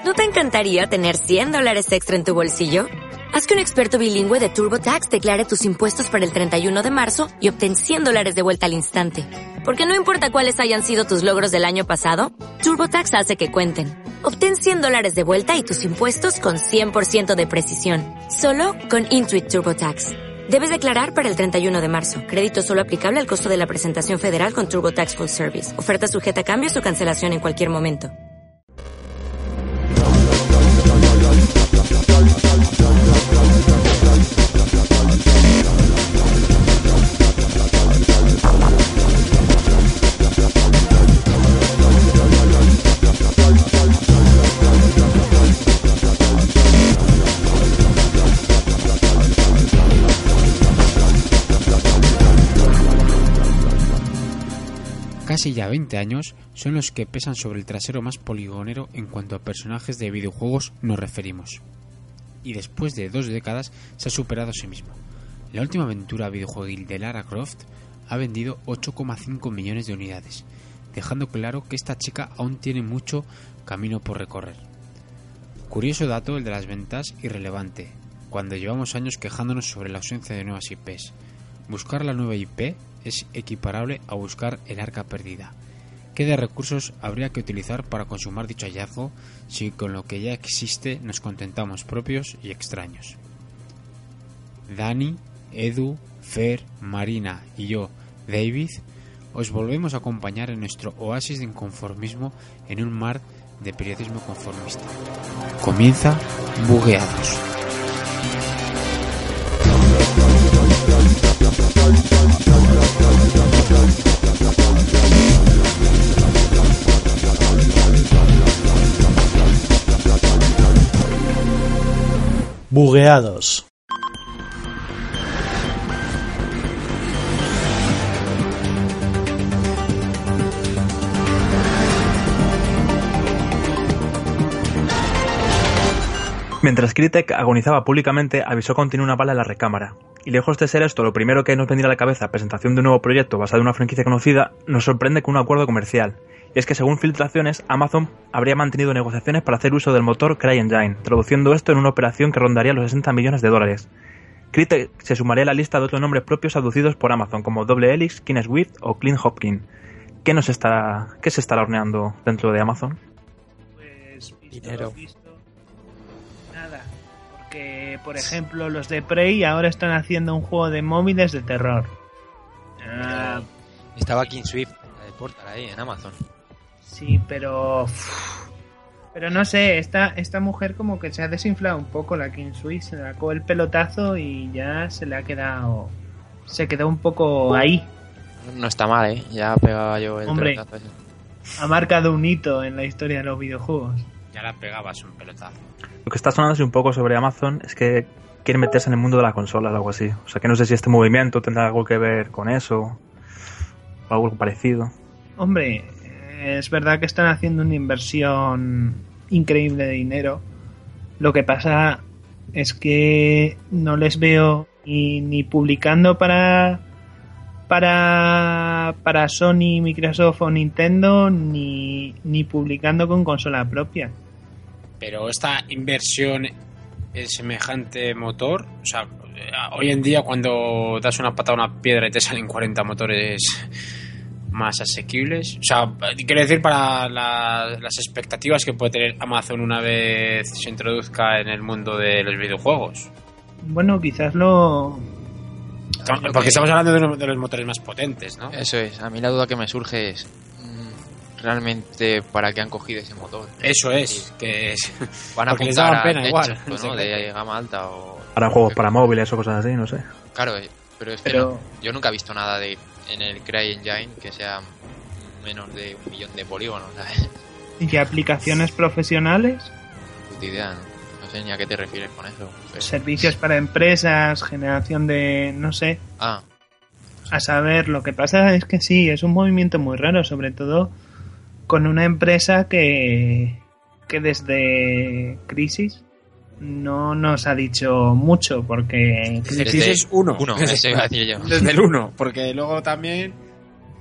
¿No te encantaría tener $100 extra en tu bolsillo? Haz que un experto bilingüe de TurboTax declare tus impuestos para el 31 de marzo y obtén $100 de vuelta al instante. Porque no importa cuáles hayan sido tus logros del año pasado, TurboTax hace que cuenten. Obtén $100 de vuelta y tus impuestos con 100% de precisión. Solo con Intuit TurboTax. Debes declarar para el 31 de marzo. Crédito solo aplicable al costo de la presentación federal con TurboTax Full Service. Oferta sujeta a cambios o cancelación en cualquier momento. Casi ya 20 años son los que pesan sobre el trasero más poligonero en cuanto a personajes de videojuegos nos referimos. Y después de 2 décadas se ha superado a sí mismo. La última aventura videojueguil de Lara Croft ha vendido 8,5 millones de unidades, dejando claro que esta chica aún tiene mucho camino por recorrer. Curioso dato el de las ventas y relevante, cuando llevamos años quejándonos sobre la ausencia de nuevas IPs. Buscar la nueva IP es equiparable a buscar el arca perdida. ¿Qué de recursos habría que utilizar para consumar dicho hallazgo si con lo que ya existe nos contentamos propios y extraños? Dani, Edu, Fer, Marina y yo, David, os volvemos a acompañar en nuestro oasis de inconformismo en un mar de periodismo conformista. Comienza Bugueados. Bugueados. Mientras Crytek agonizaba públicamente, avisó con tiene una bala en la recámara. Y lejos de ser esto lo primero que nos vendría a la cabeza, presentación de un nuevo proyecto basado en una franquicia conocida, nos sorprende con un acuerdo comercial. Y es que según filtraciones, Amazon habría mantenido negociaciones para hacer uso del motor CryEngine, traduciendo esto en una operación que rondaría los $60 millones. Crytek se sumaría a la lista de otros nombres propios aducidos por Amazon, como Double Helix, Kineswift o Clint Hopkins. ¿Qué se estará horneando dentro de Amazon? Pues dinero. Nada, porque por ejemplo los de Prey ahora están haciendo un juego de móviles de terror. Estaba King Swift, la de Portal ahí en Amazon. Sí, pero no sé, esta mujer como que se ha desinflado un poco, la King Swift, se le sacó el pelotazo y ya se quedó un poco ahí. No está mal, ya pegaba yo el pelotazo ese. Ha marcado un hito en la historia de los videojuegos. Ya la pegabas un pelotazo. Lo que está sonando un poco sobre Amazon es que quiere meterse en el mundo de la consola o algo así. O sea que no sé si este movimiento tendrá algo que ver con eso o algo parecido. Hombre, es verdad que están haciendo una inversión increíble de dinero. Lo que pasa es que no les veo ni publicando para Sony, Microsoft o Nintendo, ni publicando con consola propia. Pero esta inversión en semejante motor, o sea, hoy en día cuando das una patada a una piedra y te salen 40 motores más asequibles, o sea, quiero decir para las expectativas que puede tener Amazon una vez se introduzca en el mundo de los videojuegos. Bueno, quizás porque estamos hablando de los motores más potentes, ¿no? Eso es, a mí la duda que me surge es realmente para qué han cogido ese motor. Eso es, que van a apuntar a techos, ¿no? De gama alta o para juegos para móviles o cosas así, no sé. Claro, pero es que yo nunca he visto nada en el CryEngine que sea menos de 1 millón de polígonos, ¿sabes? ¿Y qué aplicaciones profesionales? Puta idea, no sé ni a qué te refieres con eso. Pero... Servicios para empresas, generación de... no sé. A saber, lo que pasa es que sí, es un movimiento muy raro, sobre todo con una empresa que desde Crisis no nos ha dicho mucho, porque Crisis es 1. Eso iba a decir yo. Desde el 1, porque luego también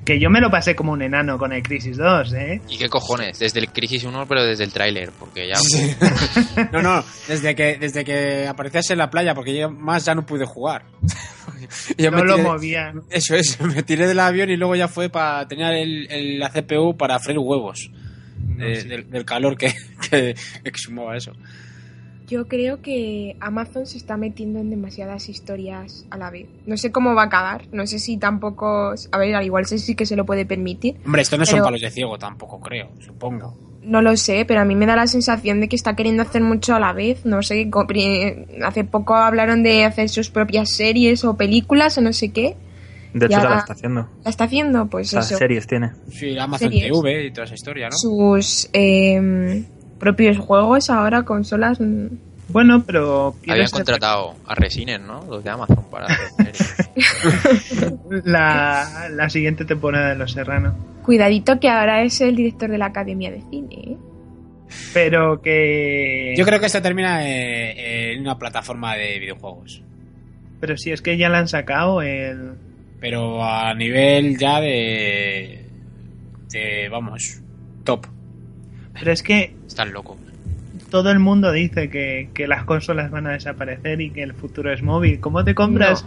Que yo me lo pasé como un enano con el Crisis 2, ¿eh? ¿Y qué cojones? Desde el Crisis 1, pero desde el tráiler, porque ya... Sí. No, desde que aparecías en la playa, porque yo más ya no pude jugar. Yo no lo movía. Eso es, me tiré del avión y luego ya fue para tener la CPU para freír huevos. Del calor que exhumaba eso. Yo creo que Amazon se está metiendo en demasiadas historias a la vez. No sé cómo va a acabar. No sé si tampoco... A ver, al igual sí que se lo puede permitir. Hombre, esto no son palos de ciego tampoco, creo, supongo. No lo sé, pero a mí me da la sensación de que está queriendo hacer mucho a la vez. No sé, hace poco hablaron de hacer sus propias series o películas o no sé qué. De hecho, ya la está haciendo. ¿La está haciendo? Pues o sea, eso. Series tiene. Sí, Amazon TV y toda esa historia, ¿no? Sus propios juegos, ahora consolas... Bueno, pero... Habían contratado a Resiner, ¿no? Los de Amazon para hacer series. la siguiente temporada de Los Serrano. Cuidadito que ahora es el director de la Academia de Cine, ¿eh? Pero que... Yo creo que esto termina en una plataforma de videojuegos. Pero si es que ya la han sacado el... Pero a nivel ya de vamos, top. Pero es que... Están locos. Todo el mundo dice que las consolas van a desaparecer y que el futuro es móvil. ¿Cómo te compras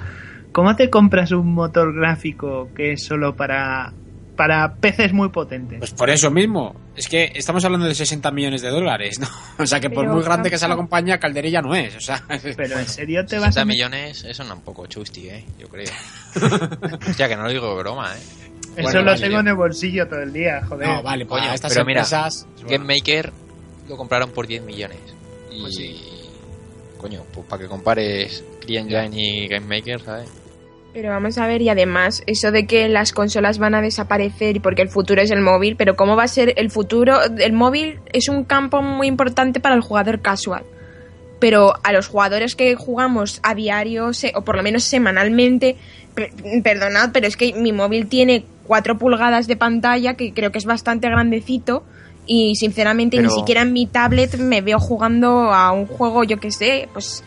un motor gráfico que es solo para PCs muy potentes? Pues por eso mismo. Es que estamos hablando de 60 millones de dólares, ¿no? O sea que por muy grande que sea la compañía, Calderilla no es. O sea, pero en serio te vas a... 60 millones, eso no es un poco chusti, yo creo. Hostia, que no lo digo de broma, Eso bueno, lo tengo en el bolsillo todo el día, joder. No, vale, coño, estas pero empresas... Mira, Game Maker lo compraron por 10 millones. Y... Pues sí. Coño, pues para que compares CryEngine y Game Maker, ¿sabes? Pero vamos a ver, y además, eso de que las consolas van a desaparecer porque el futuro es el móvil, pero ¿cómo va a ser el futuro? El móvil es un campo muy importante para el jugador casual. Pero a los jugadores que jugamos a diario, o por lo menos semanalmente, perdonad, pero es que mi móvil tiene 4 pulgadas de pantalla, que creo que es bastante grandecito, y sinceramente ni siquiera en mi tablet me veo jugando a un juego, yo que sé, pues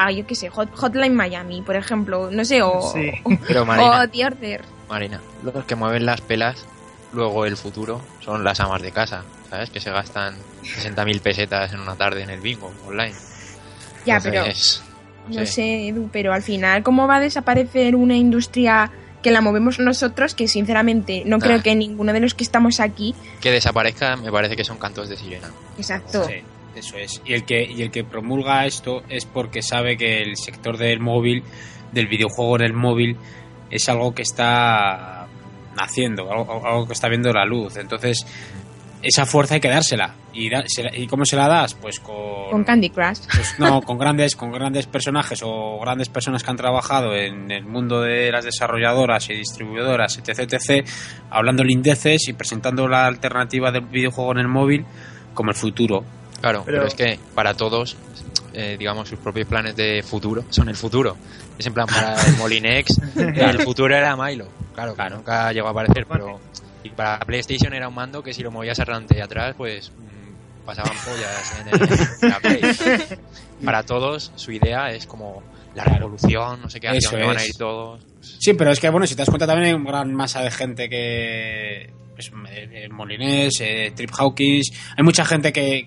Hotline Miami, por ejemplo, no sé, Pero Marina, o The Order. Marina, los que mueven las pelas, luego el futuro, son las amas de casa, ¿sabes? Que se gastan 60.000 pesetas en una tarde en el bingo online. Ya, entonces, pero no sé, Edu, pero al final, ¿cómo va a desaparecer una industria que la movemos nosotros? Que sinceramente no creo que ninguno de los que estamos aquí... Que desaparezca, me parece que son cantos de sirena. Exacto. Sí, eso es. Y el que promulga esto es porque sabe que el sector del móvil, del videojuego en el móvil, es algo que está naciendo, algo que está viendo la luz. Entonces, esa fuerza hay que dársela. ¿Y cómo se la das? Pues con Candy Crush. Pues no, con grandes personajes o grandes personas que han trabajado en el mundo de las desarrolladoras y distribuidoras, etc, hablando lindeces y presentando la alternativa del videojuego en el móvil como el futuro. Claro, pero es que para todos, digamos, sus propios planes de futuro son el futuro. Es en plan, para el Molinex, el futuro era Milo. Claro, nunca llegó a aparecer, pero... Y para PlayStation era un mando que si lo movías adelante y atrás, pues pasaban pollas en la Play. Para todos, su idea es como la revolución, no sé qué, hacia dónde van a ir todos. Sí, pero es que, bueno, si te das cuenta, también hay una gran masa de gente que... Pues, Molinés, Trip Hawkins... Hay mucha gente que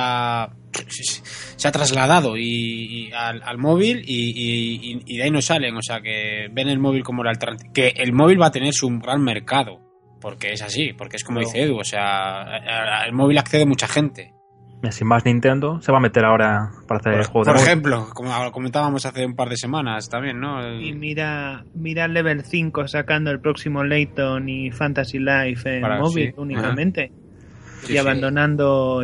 se ha trasladado y al móvil y de ahí no salen. O sea, que ven el móvil como la alternativa. Que el móvil va a tener su gran mercado. Porque es así, porque es como dice Edu, o sea, el móvil accede mucha gente. Y sin más, Nintendo se va a meter ahora para hacer el juego de móvil. Por ejemplo, como comentábamos hace un par de semanas también, ¿no? Y mira Level 5 sacando el próximo Layton y Fantasy Life en móvil únicamente. Sí, y abandonando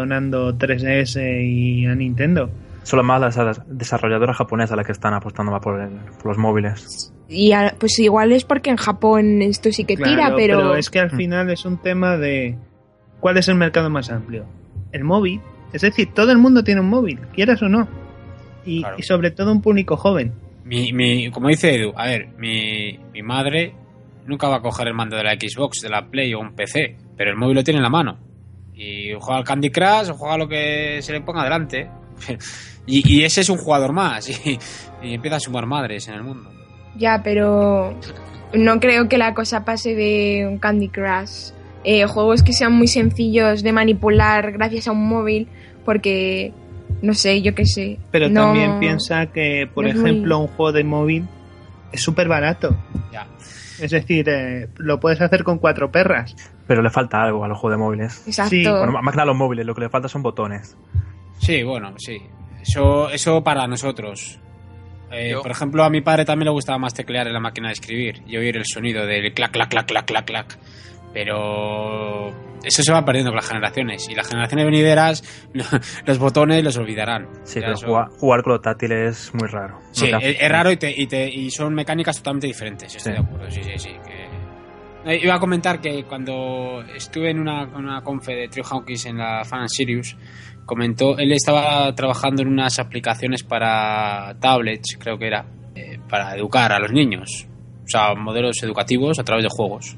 3DS y a Nintendo. Son más las desarrolladoras japonesas las que están apostando más por los móviles. Y pues igual es porque en Japón esto sí que tira, pero es que al final es un tema de ¿cuál es el mercado más amplio? El móvil. Es decir, todo el mundo tiene un móvil, quieras o no. Y sobre todo un público joven. Como dice Edu, a ver, mi madre nunca va a coger el mando de la Xbox, de la Play o un PC, pero el móvil lo tiene en la mano. Y juega al Candy Crush o juega lo que se le ponga delante. Y ese es un jugador más y empieza a sumar madres en el mundo. Ya, pero no creo que la cosa pase de un Candy Crush. Juegos que sean muy sencillos de manipular gracias a un móvil, porque, no sé, yo qué sé. Pero también piensa que, por ejemplo, un juego de móvil es súper barato. Ya. Es decir, lo puedes hacer con 4 perras. Pero le falta algo a los juegos de móviles. Exacto. Sí. Bueno, más que nada a los móviles, lo que le falta son botones. Sí, bueno, sí. Eso para nosotros. Por ejemplo, a mi padre también le gustaba más teclear en la máquina de escribir y oír el sonido del clac, clac, clac, clac, clac, clac. Pero eso se va perdiendo con las generaciones. Y las generaciones venideras, los botones los olvidarán. Sí, pero jugar con los táctiles es muy raro. Sí, es raro y son mecánicas totalmente diferentes. Estoy de acuerdo, sí. Iba a comentar que cuando estuve en una confe de Trio Hawkins en la Fan and Serious, comentó, él estaba trabajando en unas aplicaciones para tablets, creo que era, para educar a los niños. O sea, modelos educativos a través de juegos.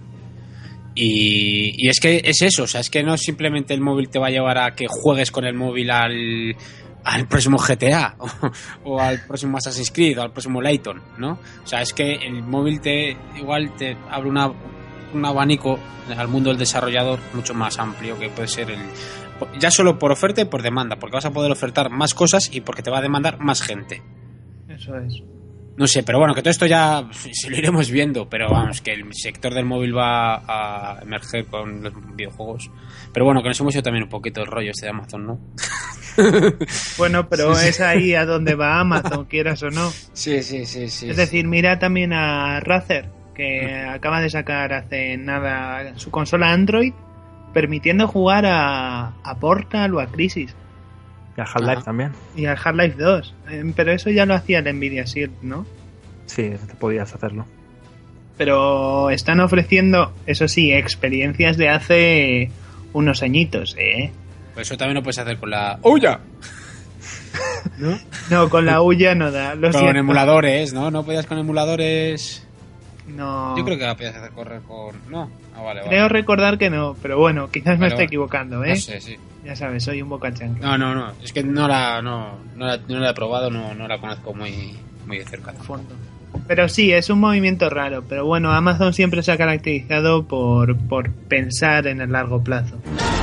Y es que es eso, o sea, es que no simplemente el móvil te va a llevar a que juegues con el móvil al próximo GTA o al próximo Assassin's Creed o al próximo Layton, ¿no? O sea, es que el móvil igual te abre un abanico al mundo del desarrollador mucho más amplio, que puede ser ya solo por oferta y por demanda, porque vas a poder ofertar más cosas y porque te va a demandar más gente. Eso es. No sé, pero bueno, que todo esto ya se lo iremos viendo, pero vamos, que el sector del móvil va a emerger con los videojuegos. Pero bueno, que nos hemos ido también un poquito el rollo de Amazon, ¿no? Bueno, pero sí. Es ahí a donde va Amazon, quieras o no. Sí. Es decir, mira también a Razer, que acaba de sacar hace nada su consola Android, permitiendo jugar a Portal o a Crysis. Y al Half-Life también. Y al Half-Life 2. Pero eso ya lo hacía el Nvidia Shield, ¿no? Sí, podías hacerlo. Pero están ofreciendo, eso sí, experiencias de hace unos añitos, ¿eh? Pues eso también lo puedes hacer con la Ouya. ¿No? No, con la Ouya no da. Con emuladores, ¿no? ¿No podías con emuladores? No. Yo creo que la podías hacer correr con... No. Vale. Creo recordar que no, pero bueno, quizás me esté equivocando, ¿eh? No sé, sí. Ya sabes, soy un boca chancla. No. Es que no la he probado, no la conozco muy de cerca. A fondo. Pero sí, es un movimiento raro. Pero bueno, Amazon siempre se ha caracterizado por pensar en el largo plazo.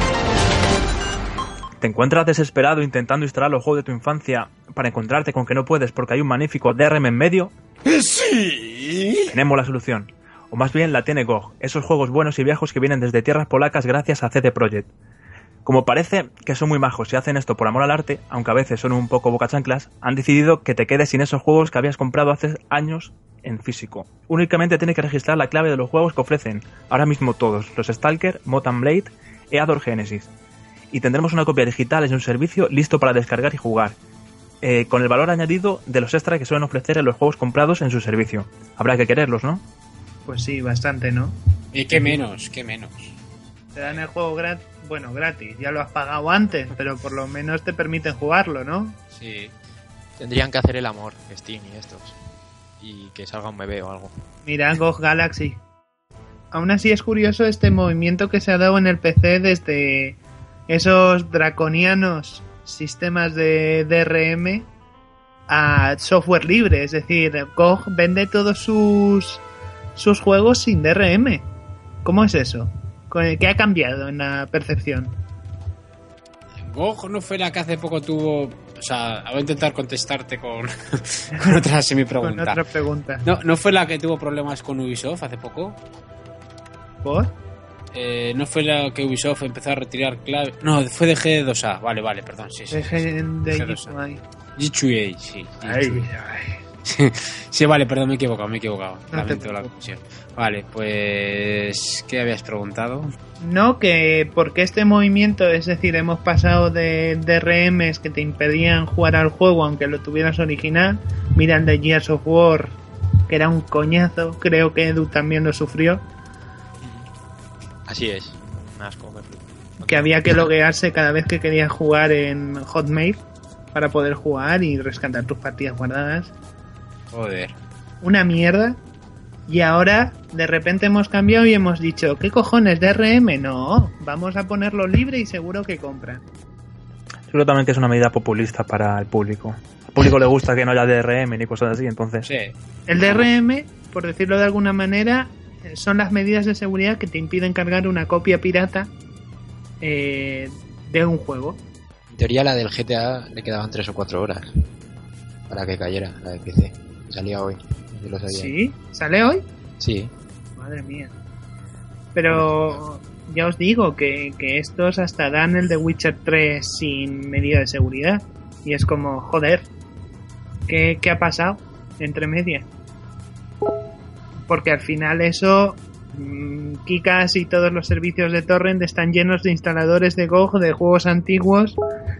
¿Te encuentras desesperado intentando instalar los juegos de tu infancia para encontrarte con que no puedes porque hay un magnífico DRM en medio? ¡Sí! Tenemos la solución. O más bien la tiene GOG, esos juegos buenos y viejos que vienen desde tierras polacas gracias a CD Projekt. Como parece que son muy majos y hacen esto por amor al arte, aunque a veces son un poco bocachanclas, han decidido que te quedes sin esos juegos que habías comprado hace años en físico. Únicamente tienes que registrar la clave de los juegos que ofrecen ahora mismo todos, los Stalker, Mountain Blade, Eador Genesis. Y tendremos una copia digital en un servicio listo para descargar y jugar, con el valor añadido de los extras que suelen ofrecer en los juegos comprados en su servicio. Habrá que quererlos, ¿no? Pues sí, bastante, ¿no? Y qué menos. Te dan el juego gratis, ya lo has pagado antes, pero por lo menos te permiten jugarlo, ¿no? Sí. Tendrían que hacer el amor, Steam y estos. Y que salga un bebé o algo. Mira, GOG Galaxy. Aún así es curioso este movimiento que se ha dado en el PC desde esos draconianos sistemas de DRM a software libre. Es decir, GOG vende todos sus juegos sin DRM. ¿Cómo es eso? ¿Qué ha cambiado en la percepción? GOG no fue la que hace poco tuvo... O sea, voy a intentar contestarte con otra semi-pregunta. Con otra pregunta. ¿No fue la que tuvo problemas con Ubisoft hace poco? ¿Por? ¿No fue la que Ubisoft empezó a retirar clave? No, fue de G2A. Vale, perdón. Sí. De G2A. G2A, sí. Ay. Sí, vale, perdón, me he equivocado. Lamento la confusión. Vale, pues... ¿qué habías preguntado? No, que porque este movimiento, es decir, hemos pasado de DRMs que te impedían jugar al juego aunque lo tuvieras original. Mira el de Gears of War, que era un coñazo. Creo que Edu también lo sufrió. Así es, un asco. Que había que loguearse cada vez que querías jugar en Hotmail para poder jugar y rescatar tus partidas guardadas. Joder. Una mierda. Y ahora de repente hemos cambiado y hemos dicho, ¿qué cojones, DRM? No, vamos a ponerlo libre y seguro que compran. Seguro también que es una medida populista para el público. Al público le gusta que no haya DRM ni cosas así, entonces... Sí. El DRM por decirlo de alguna manera, son las medidas de seguridad que te impiden cargar una copia pirata de un juego. En teoría la del GTA le quedaban 3 o 4 horas para que cayera, la de PC. Salía hoy. No sé si lo sabía. ¿Sí? ¿Sale hoy? Sí. Madre mía. Pero ya os digo que estos hasta dan el de Witcher 3 sin medida de seguridad. Y es como, joder, ¿qué ha pasado entre medias? Porque al final eso, Kikas y todos los servicios de torrent están llenos de instaladores de GOG de juegos antiguos,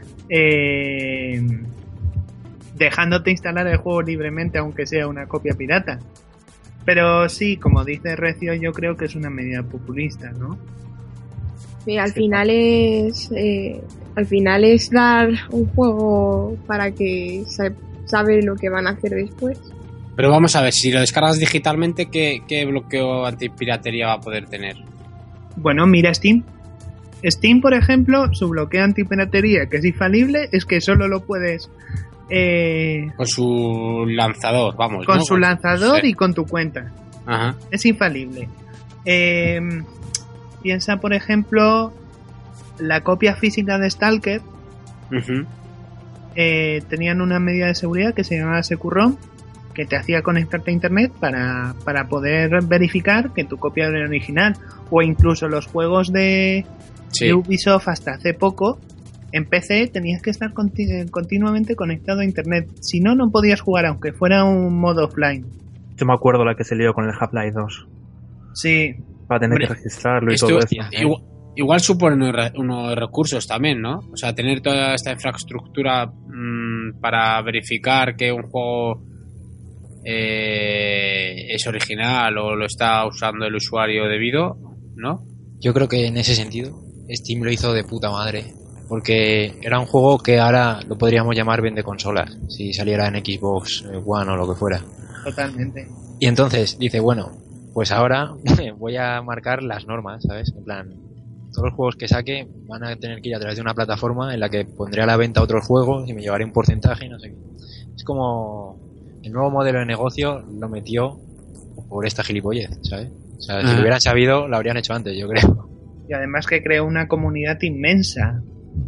dejándote instalar el juego libremente aunque sea una copia pirata. Pero sí, como dice Recio, yo creo que es una medida populista, ¿no? Sí, al final es dar un juego para que sabe lo que van a hacer después. Pero vamos a ver, si lo descargas digitalmente, ¿qué bloqueo antipiratería va a poder tener? Bueno, mira Steam. Steam, por ejemplo, su bloqueo antipiratería, que es infalible, es que solo lo puedes... con su lanzador, vamos. Con ¿no? su lanzador y con tu cuenta. Ajá. Es infalible. Piensa, por ejemplo, la copia física de Stalker. Uh-huh. Tenían una medida de seguridad que se llamaba Securrom, que te hacía conectarte a internet para poder verificar que tu copia era original. O incluso los juegos de Ubisoft hasta hace poco, en PC tenías que estar continuamente conectado a internet. Si no, no podías jugar aunque fuera un modo offline. Yo me acuerdo la que se lió con el Half-Life 2. Sí. Para tener que registrarlo y todo eso. Igual supone unos recursos también, ¿no? O sea, tener toda esta infraestructura para verificar que un juego es original o lo está usando el usuario debido, ¿no? Yo creo que en ese sentido Steam lo hizo de puta madre, porque era un juego que ahora lo podríamos llamar vende consolas si saliera en Xbox One o lo que fuera. Totalmente. Y entonces dice, bueno, pues ahora voy a marcar las normas, ¿sabes? En plan, todos los juegos que saque van a tener que ir a través de una plataforma en la que pondré a la venta otros juegos y me llevaré un porcentaje y no sé qué. Es como el nuevo modelo de negocio lo metió por esta gilipollez, ¿sabes? O sea, si lo hubieran sabido, lo habrían hecho antes, yo creo. Y además que creó una comunidad inmensa.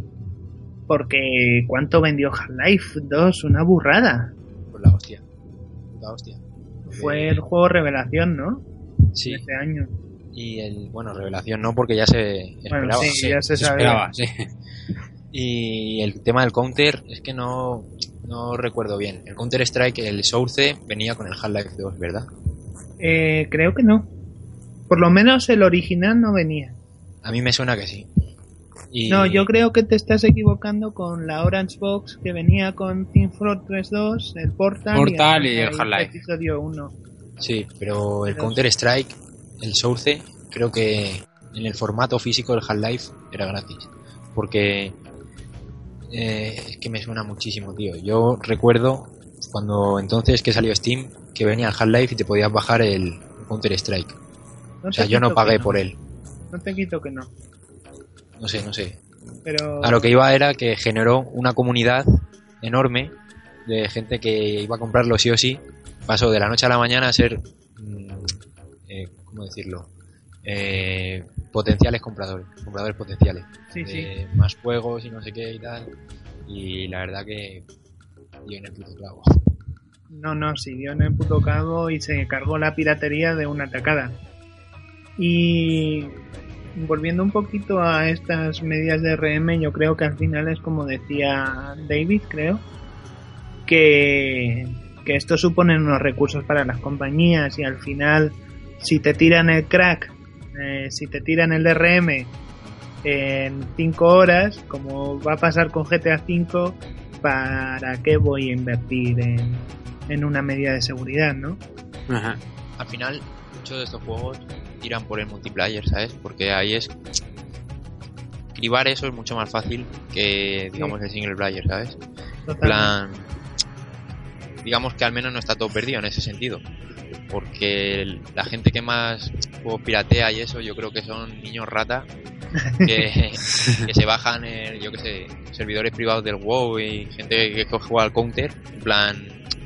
Porque ¿cuánto vendió Half-Life 2? Una burrada. Pues la hostia. La hostia. Fue el juego revelación, ¿no? Sí. Este año. Y revelación no, porque ya se esperaba. Bueno, sí, ya se esperaba, sí. Y el tema del counter es que no recuerdo bien. El Counter Strike, el Source, venía con el Half-Life 2, ¿verdad? Creo que no. Por lo menos el original no venía. A mí me suena que sí. No, yo creo que te estás equivocando con la Orange Box que venía con Team Fortress 2, el Portal y el Half-Life. Episodio 1. Sí, pero el Counter Strike, el Source, creo que en el formato físico del Half-Life era gratis. Porque es que me suena muchísimo, tío. Yo recuerdo cuando entonces que salió Steam que venía el Half-Life y te podías bajar el Counter Strike. O sea, yo no pagué por él. No te quito que no. No sé. Pero... A lo que iba era que generó una comunidad enorme de gente que iba a comprarlo sí o sí. Pasó de la noche a la mañana a ser, ¿cómo decirlo? Potenciales compradores potenciales. Sí. Más juegos y no sé qué y tal. Y la verdad que dio en el puto clavo. No, sí, dio en el puto clavo y se cargó la piratería de una tacada. Y volviendo un poquito a estas medidas de RM, yo creo que al final es como decía David, creo, que esto supone unos recursos para las compañías y al final si te tiran el crack, si te tiran el DRM en 5 horas, como va a pasar con GTA V, ¿para qué voy a invertir en una medida de seguridad, no? Ajá. Al final, muchos de estos juegos tiran por el multiplayer, ¿sabes? Porque ahí es... Cribar eso es mucho más fácil que, digamos, el single player, ¿sabes? En plan... Digamos que al menos no está todo perdido en ese sentido. Porque la gente que más juegos piratea y eso, yo creo que son niños rata que se bajan, yo que sé, servidores privados del WoW y gente que juega al Counter, en plan,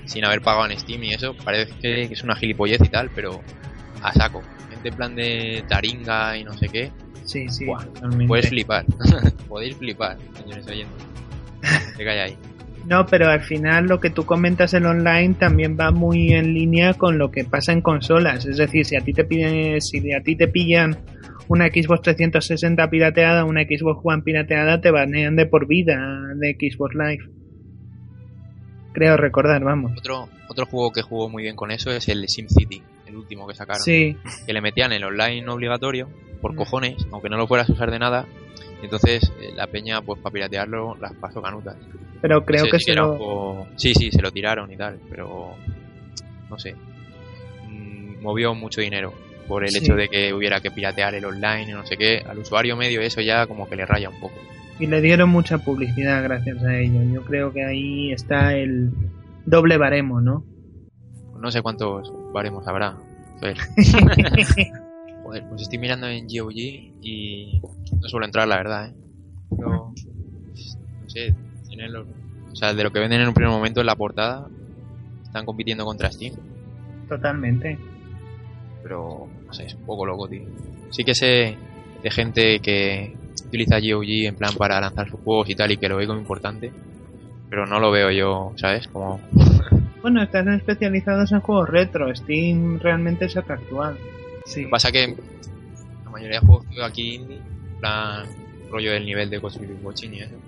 sin haber pagado en Steam y eso, parece que es una gilipollez y tal, pero a saco. Gente en plan de taringa y no sé qué. Sí, Buah, puedes flipar. Podéis flipar, señores oyentes. Se calla ahí. No, pero al final lo que tú comentas en online también va muy en línea con lo que pasa en consolas. Es decir, si a ti te pillan una Xbox 360 pirateada, una Xbox One pirateada, te banean de por vida de Xbox Live. Creo recordar, vamos. Otro juego que jugó muy bien con eso es el SimCity, el último que sacaron. Sí. Que le metían el online obligatorio, por cojones, aunque no lo fueras a usar de nada. Y entonces la peña, pues para piratearlo, las pasó canutas. Pero creo que se lo... Sí, se lo tiraron y tal, pero no sé. Movió mucho dinero por el hecho de que hubiera que piratear el online y no sé qué. Al usuario medio eso ya como que le raya un poco. Y le dieron mucha publicidad gracias a ello. Yo creo que ahí está el doble baremo, ¿no? No sé cuántos baremos habrá. Joder, pues estoy mirando en GOG y no suelo entrar, la verdad, Pero, no sé, tienen de lo que venden en un primer momento en la portada, están compitiendo contra Steam. Totalmente. Pero, no sé, es un poco loco, tío. Sí que sé de gente que utiliza GOG en plan para lanzar sus juegos y tal, y que lo ve como importante, pero no lo veo yo, ¿sabes? Como... Bueno, están especializados en juegos retro. Steam realmente es actual. Sí. Lo que pasa que la mayoría de juegos que veo aquí indie, en plan rollo del nivel de Cosmic Watching y eso,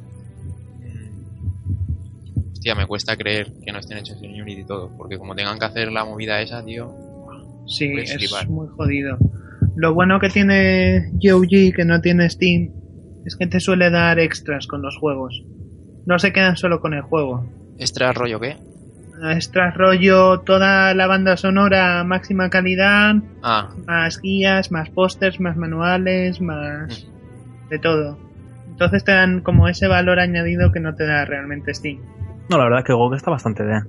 hostia, me cuesta creer que no estén hechos en Unity y todo, porque como tengan que hacer la movida esa, tío, sí, es flipar. Muy jodido. Lo bueno que tiene GOG, que no tiene Steam, es que te suele dar extras con los juegos. No se quedan solo con el juego. ¿Extras rollo qué? Extras rollo toda la banda sonora a máxima calidad, más guías, más pósters, más manuales, más de todo. Entonces te dan como ese valor añadido que no te da realmente Steam. No, la verdad es que GOG está bastante bien.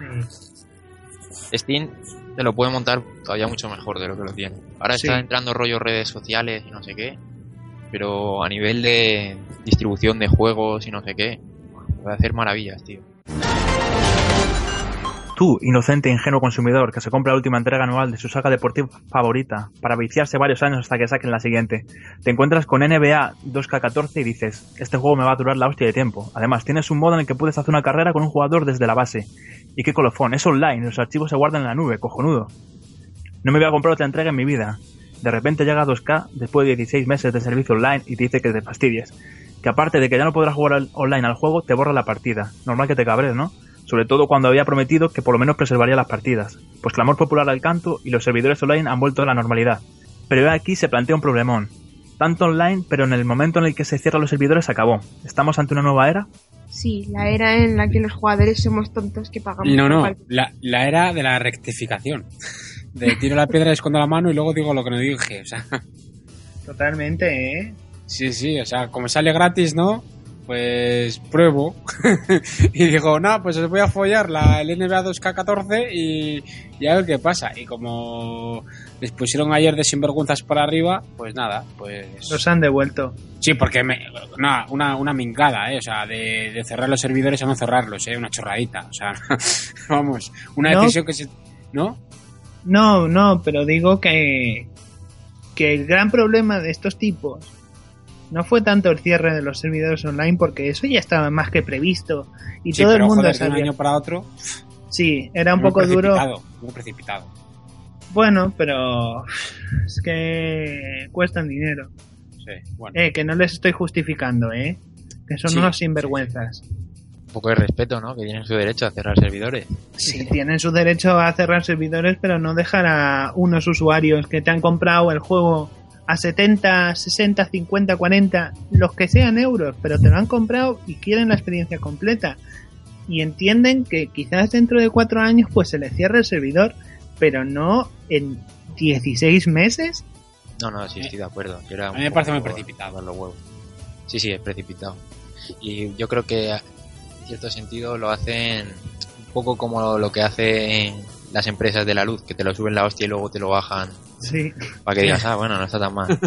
Sí. Steam te lo puede montar todavía mucho mejor de lo que lo tiene. Ahora está entrando rollo redes sociales y no sé qué, pero a nivel de distribución de juegos y no sé qué, puede hacer maravillas, tío. Tú, inocente e ingenuo consumidor que se compra la última entrega anual de su saga deportiva favorita para viciarse varios años hasta que saquen la siguiente, te encuentras con NBA 2K14 y dices, este juego me va a durar la hostia de tiempo. Además, tienes un modo en el que puedes hacer una carrera con un jugador desde la base. Y qué colofón, es online, los archivos se guardan en la nube, cojonudo. No me voy a comprar otra entrega en mi vida. De repente llega 2K después de 16 meses de servicio online y te dice que te fastidies. Que aparte de que ya no podrás jugar online al juego, te borra la partida. Normal que te cabres, ¿no? Sobre todo cuando había prometido que por lo menos preservaría las partidas. Pues clamor popular al canto y los servidores online han vuelto a la normalidad. Pero aquí se plantea un problemón. Tanto online, pero en el momento en el que se cierran los servidores se acabó. ¿Estamos ante una nueva era? Sí, la era en la que los jugadores somos tontos que pagamos. No, la era de la rectificación. De tiro la piedra, escondo la mano y luego digo lo que no dije, o sea. Totalmente, Sí, o sea, como sale gratis, ¿no? Pues pruebo. Y digo, no, pues os voy a follar el NBA 2K14 y a ver qué pasa. Y como les pusieron ayer de sinvergüenzas por arriba, pues nada, pues... Los han devuelto. Sí, porque una mingada, o sea, de cerrar los servidores a no cerrarlos, una chorradita, o sea, vamos, una decisión que se... ¿No? No, pero digo que el gran problema de estos tipos no fue tanto el cierre de los servidores online, porque eso ya estaba más que previsto y sí, todo pero, el mundo sabía. De un año para otro. Sí, era un poco duro. Muy precipitado. Bueno, pero es que cuestan dinero. Sí, bueno. Que no les estoy justificando, que son unos sinvergüenzas. Un poco de respeto, ¿no? Que tienen su derecho a cerrar servidores. Sí, tienen su derecho a cerrar servidores, pero no dejar a unos usuarios que te han comprado el juego a 70, 60, 50, 40, los que sean euros, pero te lo han comprado y quieren la experiencia completa. Y entienden que quizás dentro de 4 años pues se les cierre el servidor, pero no en 16 meses. No, sí, estoy de acuerdo. A mí me parece muy precipitado. Los huevos. Sí, es precipitado. Y yo creo que en cierto sentido lo hacen un poco como lo que hacen las empresas de la luz, que te lo suben la hostia y luego te lo bajan. Sí. Para que digas, bueno, no está tan mal.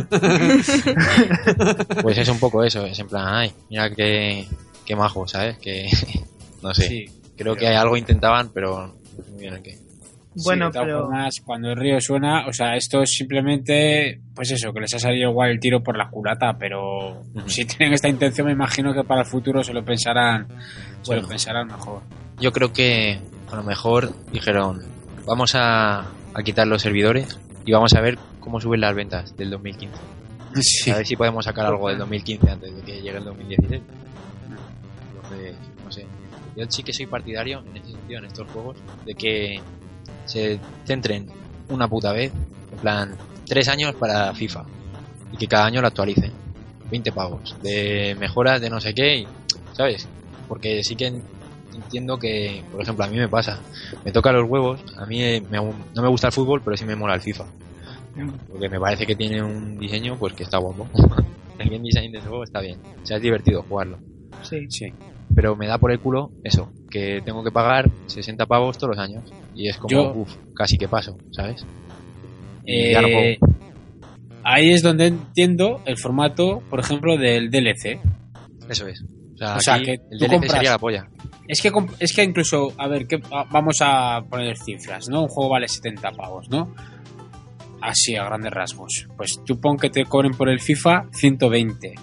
Pues es un poco eso, es en plan, ay, mira qué majo, ¿sabes? Que no sé. Sí. Creo que algo intentaban, pero no sé muy bien en qué. Bueno, sí, de todas formas, cuando el río suena, o sea, esto es simplemente, pues eso, que les ha salido igual el tiro por la culata, pero si tienen esta intención, me imagino que para el futuro se lo pensarán mejor. Yo creo que a lo mejor dijeron, vamos a quitar los servidores y vamos a ver cómo suben las ventas del 2015. Sí. A ver si podemos sacar algo del 2015 antes de que llegue el 2016. Entonces, no sé. Yo sí que soy partidario en ese sentido, en estos juegos, de que se centren una puta vez, en plan 3 años para FIFA y que cada año lo actualicen. 20 pavos de mejoras de no sé qué, ¿sabes? Porque sí que entiendo que, por ejemplo, a mí me pasa, me toca los huevos, a mí no me gusta el fútbol, pero sí me mola el FIFA, porque me parece que tiene un diseño pues que está guapo. El game design de ese juego está bien, o sea, es divertido jugarlo. Sí. Pero me da por el culo eso, que tengo que pagar 60 pavos todos los años y es como, casi que paso, ¿sabes? Ya no puedo. Ahí es donde entiendo el formato, por ejemplo, del DLC. Eso es. O sea que el DLC compras, sería la polla. Es que incluso, a ver, vamos a poner cifras, ¿no? Un juego vale 70 pavos, ¿no? Así, a grandes rasgos. Pues tú pon que te cobren por el FIFA 120.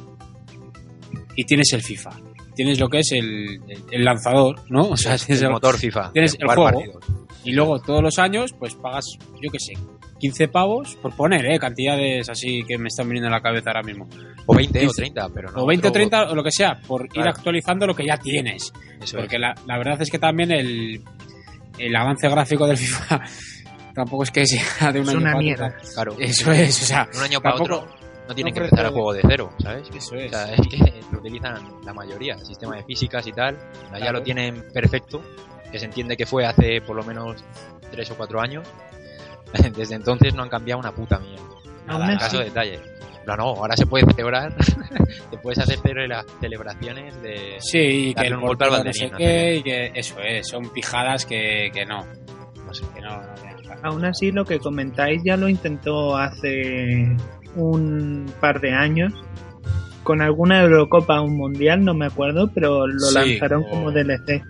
Y tienes el FIFA. Tienes lo que es el lanzador, ¿no? O sea, tienes el motor FIFA. Tienes el juego. Partidos. Y luego todos los años, pues pagas, yo qué sé, 15 pavos por poner, cantidades así que me están viniendo a la cabeza ahora mismo. O 20 o 30, pero no. O 20 o 30 o lo que sea, por ir actualizando lo que ya tienes. Eso porque la verdad es que también el avance gráfico del FIFA tampoco es que sea de un año para otro. Mierda. Claro. Eso es, o sea, de un año para otro no tienen que empezar el juego de cero, ¿sabes? Eso es. O sea, es que lo utilizan la mayoría, el sistema de físicas y tal, ya lo tienen perfecto, que se entiende que fue hace por lo menos 3 o 4 años. Desde entonces no han cambiado una puta mierda. Nada, en caso de detalle. No, ahora se puede celebrar, te puedes hacer celebraciones de sí, darle un golpe al banderín. No sé qué, y que eso es, son pijadas que no. No sé, que no. Aún así, lo que comentáis ya lo intentó hace un par de años con alguna Eurocopa o un Mundial, no me acuerdo, pero lo lanzaron como DLC.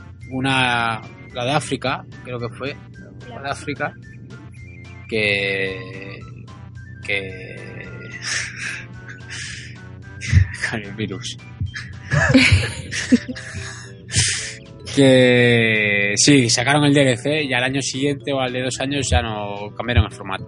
La de África, creo que fue, la de África, que el virus. Que sí, sacaron el DLC y al año siguiente o al de 2 años ya no cambiaron el formato.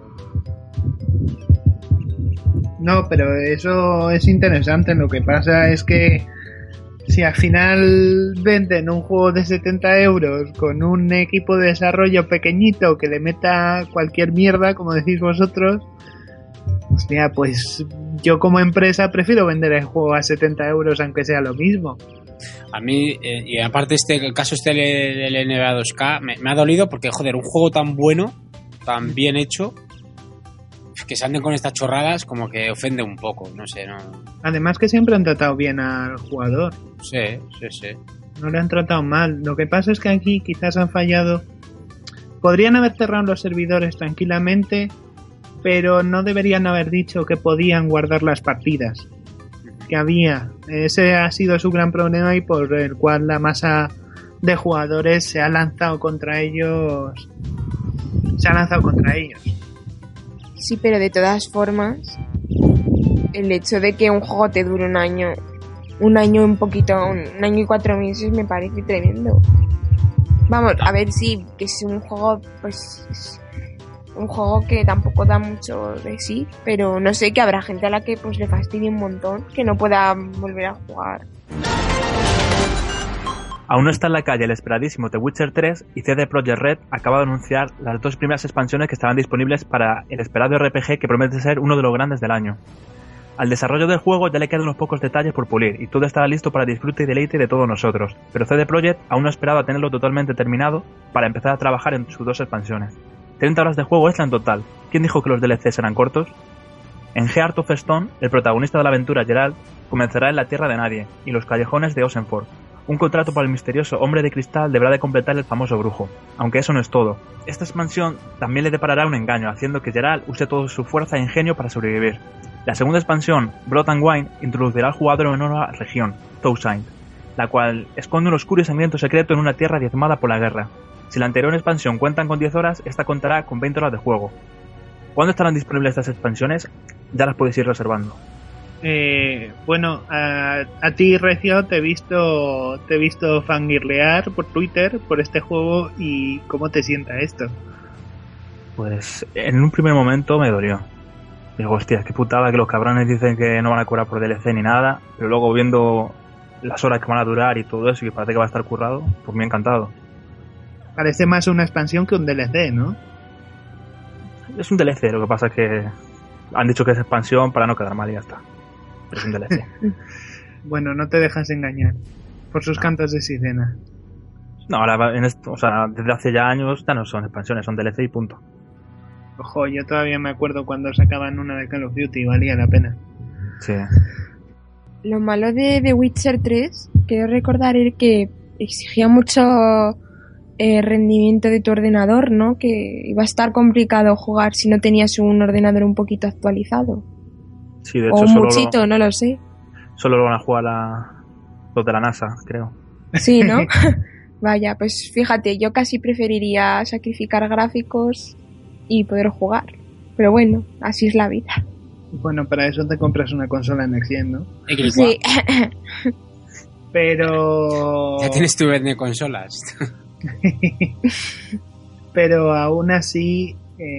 No, pero eso es interesante. Lo que pasa es que si al final venden un juego de 70 euros con un equipo de desarrollo pequeñito que le meta cualquier mierda, como decís vosotros, hostia, pues yo como empresa prefiero vender el juego a 70 euros aunque sea lo mismo. A mí, y aparte el caso del NBA 2K me ha dolido porque, joder, un juego tan bueno, tan bien hecho, que se anden con estas chorradas como que ofende un poco, no sé, no. Además que siempre han tratado bien al jugador. Sí. No le han tratado mal. Lo que pasa es que aquí quizás han fallado. Podrían haber cerrado los servidores tranquilamente, pero no deberían haber dicho que podían guardar las partidas que había. Ese ha sido su gran problema y por el cual la masa de jugadores se ha lanzado contra ellos. Sí, pero de todas formas, el hecho de que un juego te dure un año y 4 meses me parece tremendo. Vamos, a ver, sí, que es un juego, pues un juego que tampoco da mucho de sí, pero no sé, que habrá gente a la que pues le fastidie un montón, que no pueda volver a jugar. Aún no está en la calle el esperadísimo The Witcher 3 y CD Projekt Red acaba de anunciar las 2 primeras expansiones que estarán disponibles para el esperado RPG que promete ser uno de los grandes del año. Al desarrollo del juego ya le quedan unos pocos detalles por pulir y todo estará listo para disfrute y deleite de todos nosotros, pero CD Projekt aún no esperaba tenerlo totalmente terminado para empezar a trabajar en sus 2 expansiones. 30 horas de juego extra en total. ¿Quién dijo que los DLCs eran cortos? En Heart of Stone, el protagonista de la aventura, Geralt, comenzará en la Tierra de Nadie y los callejones de Oxenford. Un contrato para el misterioso Hombre de Cristal deberá de completar el famoso brujo. Aunque eso no es todo. Esta expansión también le deparará un engaño, haciendo que Geralt use toda su fuerza e ingenio para sobrevivir. La segunda expansión, Blood and Wine, introducirá al jugador en una nueva región, Toussaint. la cual esconde un oscuro y sangriento secreto en una tierra diezmada por la guerra. Si la anterior expansión cuentan con 10 horas, esta contará con 20 horas de juego. ¿Cuándo estarán disponibles estas expansiones? Ya las podéis ir reservando. Bueno, a ti, Recio, te he visto fangirlear por Twitter por este juego, y ¿cómo te sienta esto? Pues en un primer momento me dolió. Digo, hostia, qué putada que los cabrones dicen que no van a cobrar por DLC ni nada, pero luego viendo las horas que van a durar y todo eso, y que parece que va a estar currado, pues me ha encantado. Parece más una expansión que un DLC, ¿no? Es un DLC, lo que pasa es que han dicho que es expansión para no quedar mal y ya está. Pero es un DLC. Bueno, no te dejas engañar por sus cantos de sirena. No, ahora o sea, desde hace ya años ya no son expansiones, son DLC y punto. Ojo, yo todavía me acuerdo cuando sacaban una de Call of Duty y valía la pena. Sí. Lo malo de The Witcher 3, quiero recordar, es que exigía mucho rendimiento de tu ordenador, ¿no? Que iba a estar complicado jugar si no tenías un ordenador un poquito actualizado. Sí, de o hecho, un muchito, no lo sé. Solo lo van a jugar los de la NASA, creo. Sí, ¿no? Vaya, pues fíjate, yo casi preferiría sacrificar gráficos y poder jugar. Pero bueno, así es la vida. Bueno, para eso te compras una consola Next Gen, ¿no? Sí. Pero... Ya tienes tu vende consolas. Pero aún así,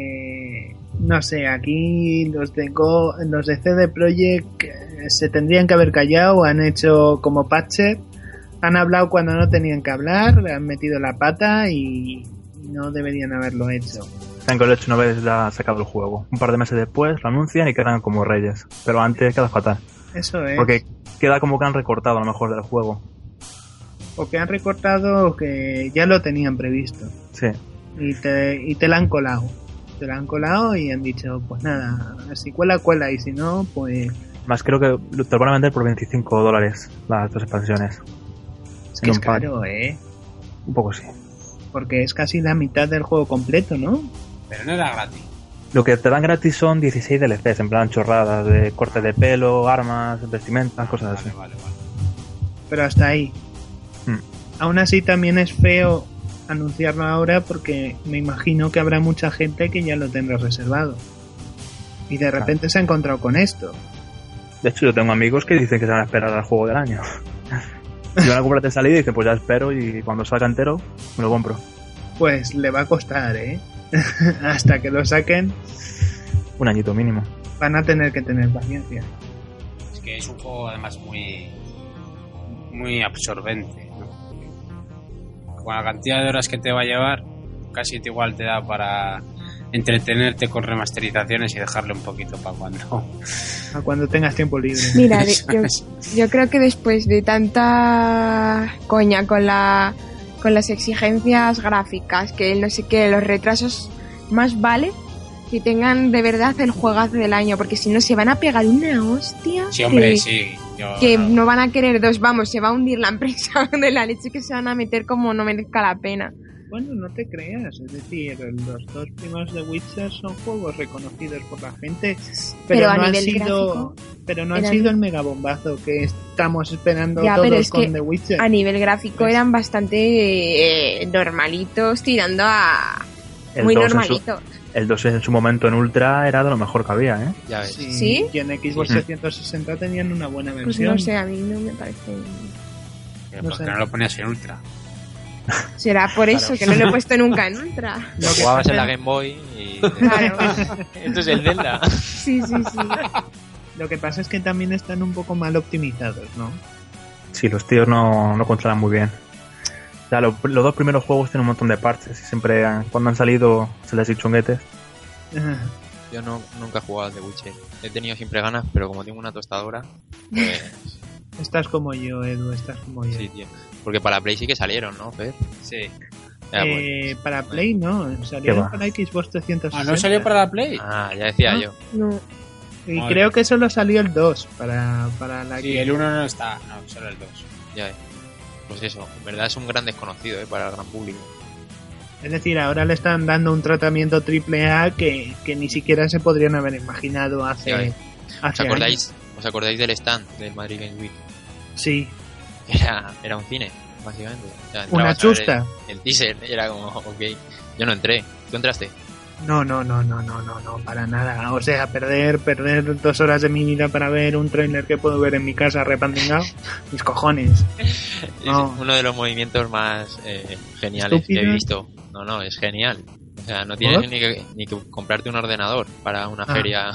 no sé, aquí los de CD Projekt se tendrían que haber callado, han hecho como patcher, han hablado cuando no tenían que hablar, han metido la pata y no deberían haberlo hecho. Aunque lo hecho una vez ya ha sacado el juego. Un par de meses después lo anuncian y quedan como reyes. Pero antes queda fatal. Eso es. Porque queda como que han recortado a lo mejor del juego. O que han recortado o que ya lo tenían previsto. Sí. Y te la han colado. Te la han colado y han dicho, pues nada, si cuela, y si no, pues... Más creo que te lo van a vender por $25 las dos expansiones. Es que es caro, ¿eh? Un poco sí. Porque es casi la mitad del juego completo, ¿no? Pero no era gratis. Lo que te dan gratis son 16 DLCs, en plan chorradas de corte de pelo, armas, vestimentas, cosas así. Vale. Pero hasta ahí. Aún así también es feo anunciarlo ahora porque me imagino que habrá mucha gente que ya lo tendrá reservado. Y de repente se ha encontrado con esto. De hecho, yo tengo amigos que dicen que se van a esperar al juego del año. Y van a comprarte salida y dicen, pues ya espero y cuando salga entero me lo compro. Pues le va a costar, ¿eh? Hasta que lo saquen. Un añito mínimo. Van a tener que tener paciencia. Es que es un juego además muy absorbente, ¿no? Con la cantidad de horas que te va a llevar, casi igual te da para entretenerte con remasterizaciones y dejarle un poquito para cuando tengas tiempo libre. Mira, yo creo que después de tanta coña con las exigencias gráficas, que no sé qué, los retrasos, más vale que tengan de verdad el juegazo del año, porque si no se van a pegar una hostia. Sí, hombre, sí. No van a querer dos, vamos, se va a hundir la empresa de la leche que se van a meter como no merezca la pena. Bueno, no te creas, es decir, los dos primeros de Witcher son juegos reconocidos por la gente, pero no han sido, el megabombazo que estamos esperando todos con The Witcher. A nivel gráfico eran bastante normalitos, tirando a muy normalitos. El 2 en su momento en Ultra era de lo mejor que había, ¿eh? Ya ves. ¿Sí? Y en Xbox 360 tenían una buena versión. Pues no sé, a mí no me parece... ¿Por qué no lo ponías en Ultra? Será por eso, que no lo he puesto nunca en Ultra. Lo jugabas en la Game Boy y... Claro. Esto es el Zelda. Sí. Lo que pasa es que también están un poco mal optimizados, ¿no? Sí, los tíos no controlan muy bien. O sea, los dos primeros juegos tienen un montón de parches y siempre cuando han salido se les ha hecho chunguetes. Yo nunca he jugado al The Witcher. He tenido siempre ganas, pero como tengo una tostadora, pues... Estás como yo, Edu, estás como yo. Sí, tío. Porque para Play sí que salieron, ¿no, Fer? Sí. Bueno. Para Play no, salieron para Xbox 360. ¿No salió para la Play? Ya decía yo. No. Y creo que solo salió el 2 para la Sí, el 1 no está, no, solo el 2. Ya ves. Pues eso, en verdad es un gran desconocido para el gran público. Es decir, ahora le están dando un tratamiento AAA que ni siquiera se podrían haber imaginado hace ¿Os años. acordáis del stand del Madrid Games Week? Sí. era un cine, básicamente. O sea, una chusta. El teaser era como, ok, yo no entré. ¿Tú entraste? No, para nada. O sea, perder 2 horas de mi vida para ver un tráiler que puedo ver en mi casa repandingado, mis cojones. No. Es uno de los movimientos más geniales ¿Estúpido? Que he visto. No, es genial. O sea, no tienes ni que comprarte un ordenador para una feria.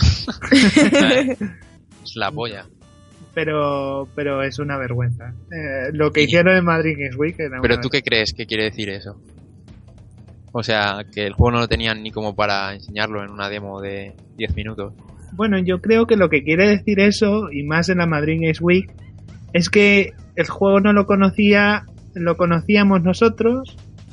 Es la polla. Pero es una vergüenza. Lo que hicieron en Madrid Games Week era ¿Pero tú qué crees que quiere decir eso? O sea, que el juego no lo tenían ni como para enseñarlo en una demo de 10 minutos. Bueno, yo creo que lo que quiere decir eso, y más en la Madrid Games Week, es que el juego no lo conocíamos nosotros,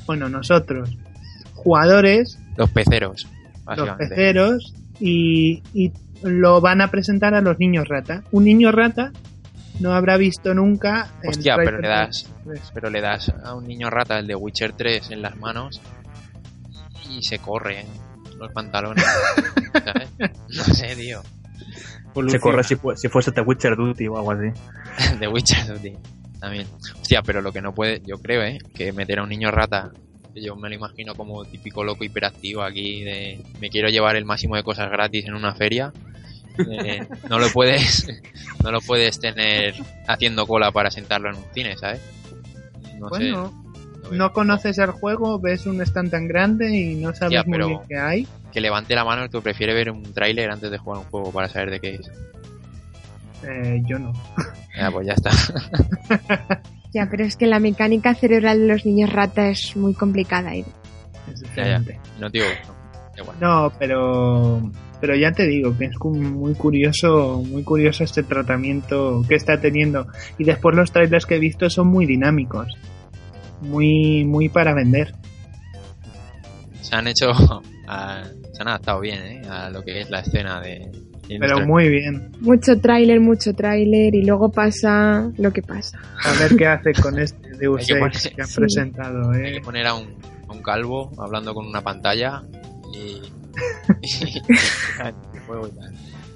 jugadores. Los peceros, básicamente. Los peceros, y lo van a presentar a los niños rata. Un niño rata no habrá visto nunca... Hostia, pero le das a un niño rata el de Witcher 3 en las manos... y se corre los pantalones. ¿Sabes? No sé, tío. Se corre si fuese The Witcher Duty o algo así. The Witcher Duty también. Hostia, pero lo que no puede, yo creo, que meter a un niño rata, yo me lo imagino como típico loco hiperactivo aquí de me quiero llevar el máximo de cosas gratis en una feria. No lo puedes tener haciendo cola para sentarlo en un cine, ¿sabes? No sé. No conoces el juego, ves un stand tan grande y no sabes muy bien qué hay. Que levante la mano el que prefiere ver un tráiler antes de jugar un juego para saber de qué es. Yo no. Ya, pues ya está. Ya, pero es que la mecánica cerebral de los niños rata es muy complicada. Ya. No digo igual. No, pero ya te digo que es muy curioso este tratamiento que está teniendo. Y después los trailers que he visto son muy dinámicos. Muy para vender. Se han adaptado bien a lo que es la escena de pero muy bien. Mucho tráiler y luego pasa lo que pasa. A ver qué hace con este Deus Ex que han presentado. Hay que poner a un calvo hablando con una pantalla y juego y tal.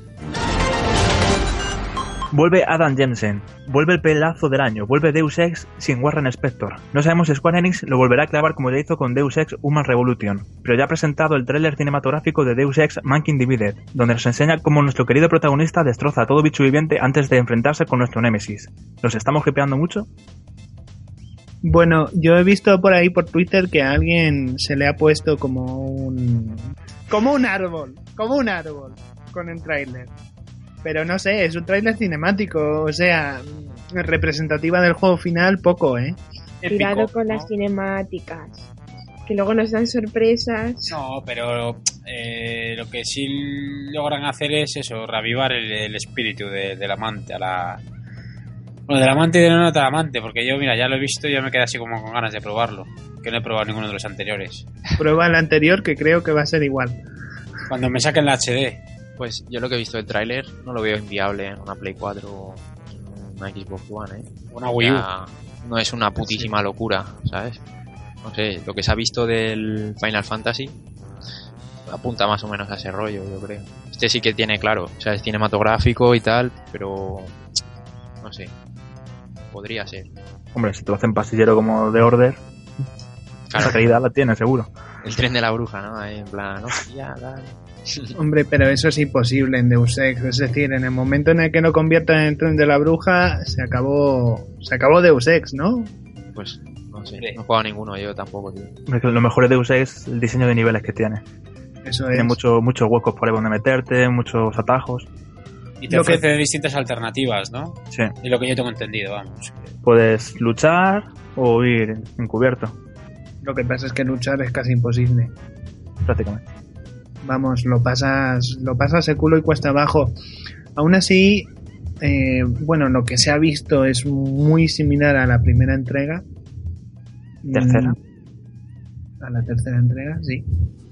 Vuelve Adam Jensen, vuelve el pelazo del año, vuelve Deus Ex sin Warren Spector. No sabemos si Square Enix lo volverá a clavar como ya hizo con Deus Ex Human Revolution, pero ya ha presentado el tráiler cinematográfico de Deus Ex Mankind Divided, donde nos enseña cómo nuestro querido protagonista destroza a todo bicho viviente antes de enfrentarse con nuestro némesis. ¿Nos estamos hypeando mucho? Bueno, yo he visto por ahí por Twitter que a alguien se le ha puesto como un árbol con el tráiler. Pero no sé, es un tráiler cinemático, o sea, representativa del juego final, poco, Cuidado con las cinemáticas, que luego nos dan sorpresas. No, pero lo que sí logran hacer es eso, reavivar el espíritu del amante del amante y de no del amante, porque yo, mira, ya lo he visto y ya me quedé así como con ganas de probarlo, que no he probado ninguno de los anteriores. Prueba el anterior, que creo que va a ser igual. Cuando me saquen la HD. Pues yo lo que he visto del tráiler no lo veo inviable en una Play 4 o una Xbox One, Una Wii U. No es una putísima locura, ¿sabes? No sé, lo que se ha visto del Final Fantasy apunta más o menos a ese rollo, yo creo. Este sí que tiene, claro, o sea, es cinematográfico y tal, pero no sé, podría ser. Hombre, si te lo hacen pasillero como The Order, claro, esa calidad la tiene, seguro. El tren de la bruja, ¿no? Ahí en plan, ya, dale. Hombre, pero eso es imposible en Deus Ex, es decir, en el momento en el que lo conviertan en el tren de la bruja, se acabó Deus Ex, ¿no? Pues no sé, no he jugado ninguno yo tampoco, tío. Lo mejor de Deus Ex es el diseño de niveles que tiene. Eso tiene muchos huecos por ahí donde meterte, muchos atajos. Y te ofrece distintas alternativas, ¿no? Sí. Y lo que yo tengo entendido, vamos. Puedes luchar o ir encubierto. Lo que pasa es que luchar es casi imposible. Prácticamente. Vamos, lo pasas de culo y cuesta abajo. Aún así, bueno, lo que se ha visto es muy similar a la primera entrega. ¿Tercera? A la tercera entrega, sí.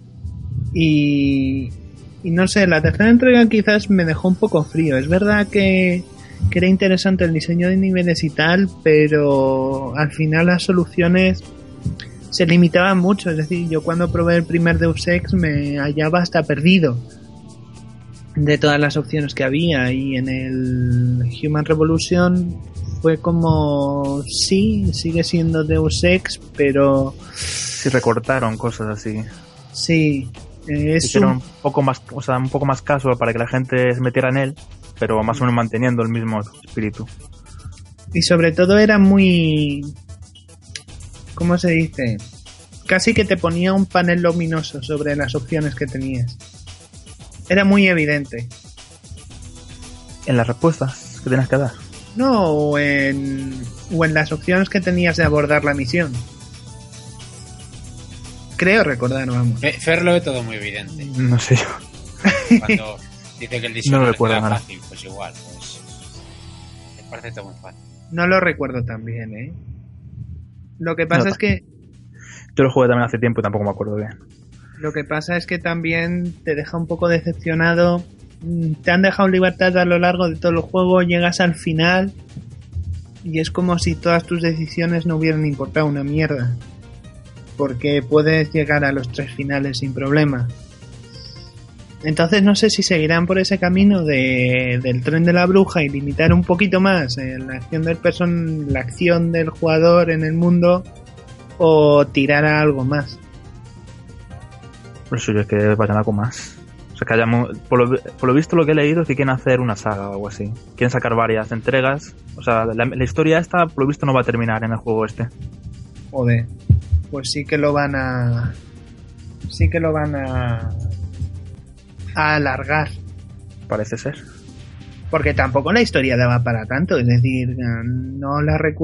Y no sé, la tercera entrega quizás me dejó un poco frío. Es verdad que era interesante el diseño de niveles y tal, pero al final las soluciones se limitaban mucho. Es decir, yo cuando probé el primer Deus Ex me hallaba hasta perdido de todas las opciones que había, y en el Human Revolution fue como, sí, sigue siendo Deus Ex, pero... Sí, recortaron cosas así. Sí. Hicieron un poco más casual para que la gente se metiera en él, pero más o menos manteniendo el mismo espíritu. Y sobre todo era muy... ¿Cómo se dice? Casi que te ponía un panel luminoso sobre las opciones que tenías. Era muy evidente. ¿En las respuestas que tenías que dar? No, o en las opciones que tenías de abordar la misión. Creo recordar, vamos. Fer lo ve todo muy evidente. No sé yo. Cuando dice que el diseño no era fácil, pues igual, pues me parece todo muy fácil. No lo recuerdo tan bien, ¿eh? Lo que pasa es que... Yo lo jugué también hace tiempo y tampoco me acuerdo bien. Lo que pasa es que también te deja un poco decepcionado. Te han dejado libertad a lo largo de todo el juego, llegas al final y es como si todas tus decisiones no hubieran importado una mierda. Porque puedes llegar a los 3 finales sin problema. Entonces no sé si seguirán por ese camino del tren de la bruja y limitar un poquito más la acción del jugador en el mundo, o tirar a algo más. Por eso yo es que vayan algo más. O sea, que por lo visto lo que he leído es que quieren hacer una saga o algo así. Quieren sacar varias entregas. O sea, la historia esta por lo visto no va a terminar en el juego este. Joder. Pues sí que lo van a alargar. Parece ser. Porque tampoco la historia daba para tanto. Es decir, no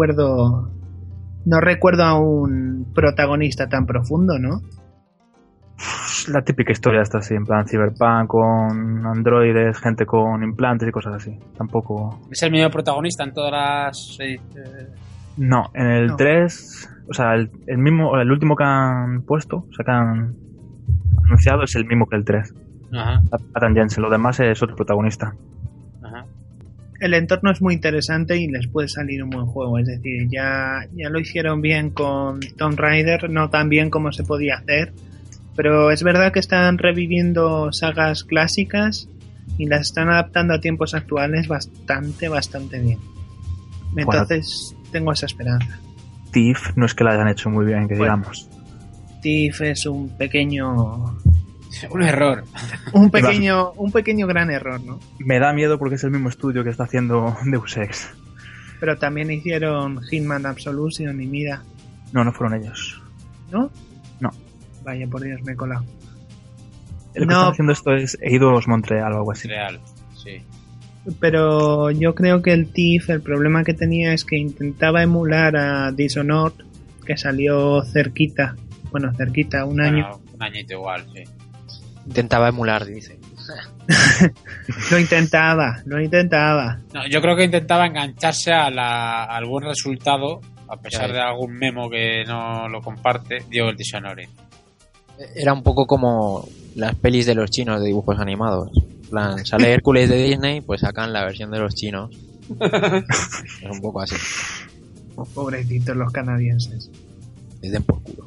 recuerdo a un protagonista tan profundo, ¿no? La típica historia está así, en plan Cyberpunk, con androides, gente con implantes y cosas así. Tampoco... ¿Es el mismo protagonista en todas las...? No, en el 3... O sea, el último que han puesto, o sea, que han anunciado es el mismo que el 3. Ajá. Adam Jensen, lo demás es otro protagonista. Ajá. El entorno es muy interesante y les puede salir un buen juego. Es decir, ya lo hicieron bien con Tomb Raider, no tan bien como se podía hacer, pero es verdad que están reviviendo sagas clásicas y las están adaptando a tiempos actuales bastante bien. Entonces tengo esa esperanza. Thief no es que la hayan hecho muy bien, que digamos. Thief es un pequeño... Un error. Un pequeño gran error, ¿no? Me da miedo porque es el mismo estudio que está haciendo Deus Ex. Pero también hicieron Hitman Absolution y mira... No fueron ellos. ¿No? No. Vaya, por Dios, me he colado. El que está haciendo esto es Eidos Montreal o algo así. Montreal, sí. Pero yo creo que el Thief, el problema que tenía es que intentaba emular a Dishonored, que salió cerquita, un año. Un añito igual, sí. Intentaba emular, dice. Lo intentaba. No, yo creo que intentaba engancharse al buen resultado, a pesar de algún memo que no lo comparte, dio el Dishonored. Era un poco como las pelis de los chinos de dibujos animados. En plan, sale Hércules de Disney, pues sacan la versión de los chinos. Es un poco así. Pobrecitos los canadienses. Les den por culo.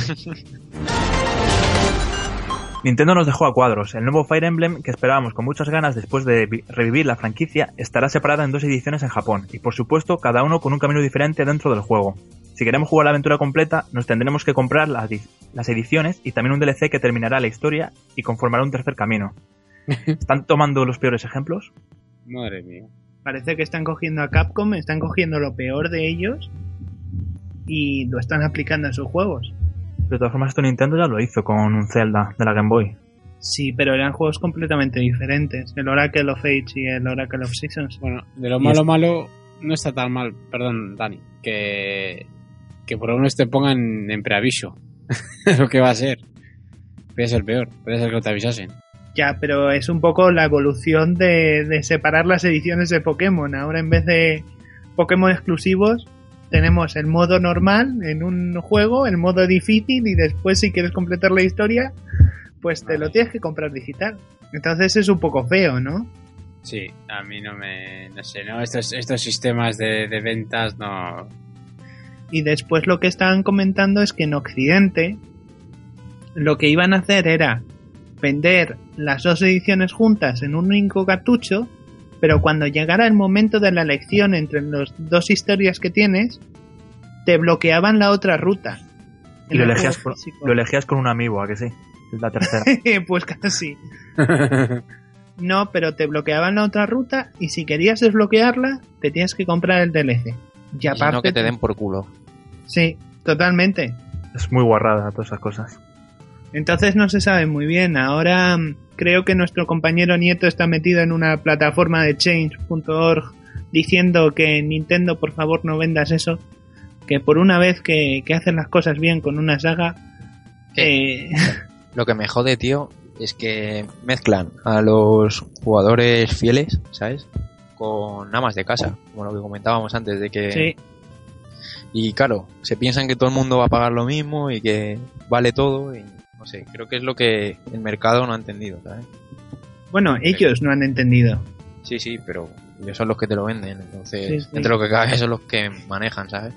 Nintendo nos dejó a cuadros. El nuevo Fire Emblem, que esperábamos con muchas ganas después de revivir la franquicia, estará separada en 2 ediciones en Japón, y por supuesto cada uno con un camino diferente dentro del juego. Si queremos jugar la aventura completa, nos tendremos que comprar las ediciones y también un DLC que terminará la historia y conformará un tercer camino. ¿Están tomando los peores ejemplos? Madre mía. Parece que están cogiendo a Capcom, están cogiendo lo peor de ellos y lo están aplicando en sus juegos. De todas formas, esto Nintendo ya lo hizo con un Zelda de la Game Boy. Sí, pero eran juegos completamente diferentes. El Oracle of Age y el Oracle of Seasons. Bueno, de lo malo no está tan mal, perdón, Dani, que por lo menos te pongan en preaviso lo que va a ser. Puede ser peor, puede ser que no te avisasen. Ya, pero es un poco la evolución de separar las ediciones de Pokémon. Ahora en vez de Pokémon exclusivos, tenemos el modo normal en un juego, el modo difícil, y después si quieres completar la historia, pues te lo tienes que comprar digital. Entonces es un poco feo, ¿no? Sí, a mí no sé, ¿no? Estos sistemas de ventas no... Y después lo que estaban comentando es que en Occidente lo que iban a hacer era vender las 2 ediciones juntas en un único cartucho pero cuando llegara el momento de la elección entre las dos historias que tienes, te bloqueaban la otra ruta. Y lo elegías con un amiibo, ¿a que sí? Es la tercera. Pues casi. No, pero te bloqueaban la otra ruta y si querías desbloquearla, te tienes que comprar el DLC. Y aparte, no que te den por culo. Sí, totalmente. Es muy guarrada todas esas cosas. Entonces no se sabe muy bien. Ahora creo que nuestro compañero Nieto está metido en una plataforma de change.org diciendo que Nintendo, por favor, no vendas eso. Que por una vez que hacen las cosas bien con una saga... Lo que me jode, tío, es que mezclan a los jugadores fieles, ¿sabes? Con amas de casa, como lo que comentábamos antes de que... Sí. Y claro, se piensan que todo el mundo va a pagar lo mismo y que vale todo y no sé, creo que es lo que el mercado no ha entendido, ¿sabes? Bueno, ellos no han entendido. Sí, pero ellos son los que te lo venden, entonces sí. entre lo que cabe son los que manejan, ¿sabes?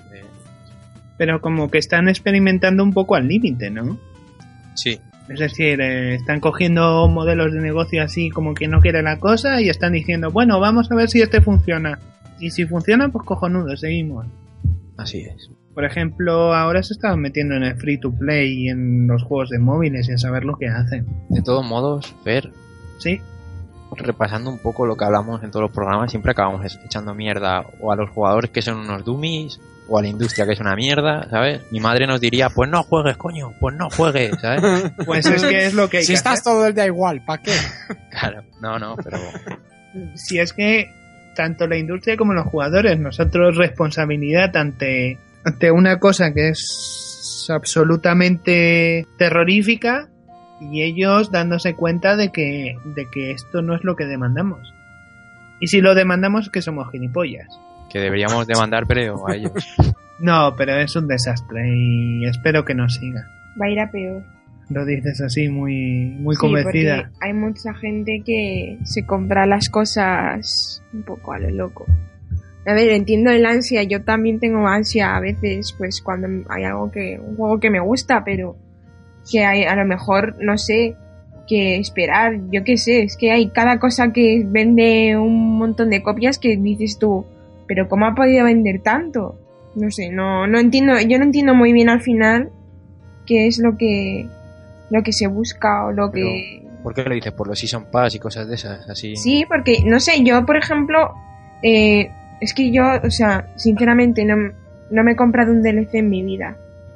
Pero como que están experimentando un poco al límite, ¿no? Sí. Es decir, están cogiendo modelos de negocio así como que no quiere la cosa y están diciendo, bueno, vamos a ver si este funciona. Y si funciona, pues cojonudo, seguimos. Así es. Por ejemplo, ahora se estaban metiendo en el free to play y en los juegos de móviles y a saber lo que hacen. De todos modos, Fer, sí, repasando un poco lo que hablamos en todos los programas, siempre acabamos echando mierda o a los jugadores que son unos dummies o a la industria que es una mierda, ¿sabes? Mi madre nos diría, pues no juegues, coño, pues no juegues, ¿sabes? Pues es que es lo que hay si que estás hacer. todo el día igual, ¿para qué? Claro, no, pero... Si es que tanto la industria como los jugadores, nosotros responsabilidad ante una cosa que es absolutamente terrorífica y ellos dándose cuenta de que esto no es lo que demandamos. Y si lo demandamos, que somos gilipollas. Que deberíamos demandar, pero a ellos. No, pero es un desastre y espero que no siga. Va a ir a peor. Lo dices así muy Sí, convencida. porque hay mucha gente que se compra las cosas un poco a lo loco. A ver, entiendo el ansia, yo también tengo ansia a veces, pues cuando hay un juego que me gusta, pero que hay, a lo mejor, no sé, que esperar, yo qué sé, es que hay cada cosa que vende un montón de copias que dices tú, pero ¿cómo ha podido vender tanto? No sé, no entiendo, yo no entiendo muy bien al final qué es lo que se busca o lo que... ¿Por qué lo dices? ¿Por los Season Pass y cosas de esas? Así. Sí, porque, no sé, yo, por ejemplo, es que yo, o sea, sinceramente no me he comprado un DLC en mi vida.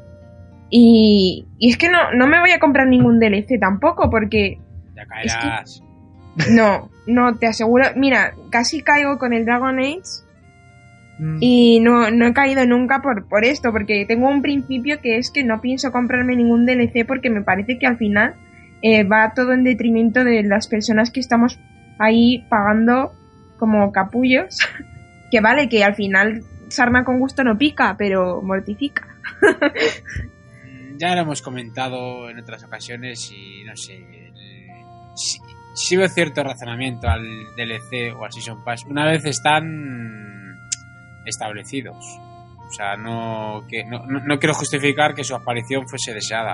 Y es que no me voy a comprar ningún DLC tampoco, porque... Ya caerás. Es que, no, te aseguro... Mira, casi caigo con el Dragon Age y no he caído nunca por esto, porque tengo un principio que es que no pienso comprarme ningún DLC porque me parece que al final va todo en detrimento de las personas que estamos ahí pagando como capullos, que vale, que al final sarna con gusto no pica, pero mortifica. Ya lo hemos comentado en otras ocasiones y no sé, sí veo cierto razonamiento al DLC o al Season Pass una vez están establecidos. O sea, no quiero justificar que su aparición fuese deseada,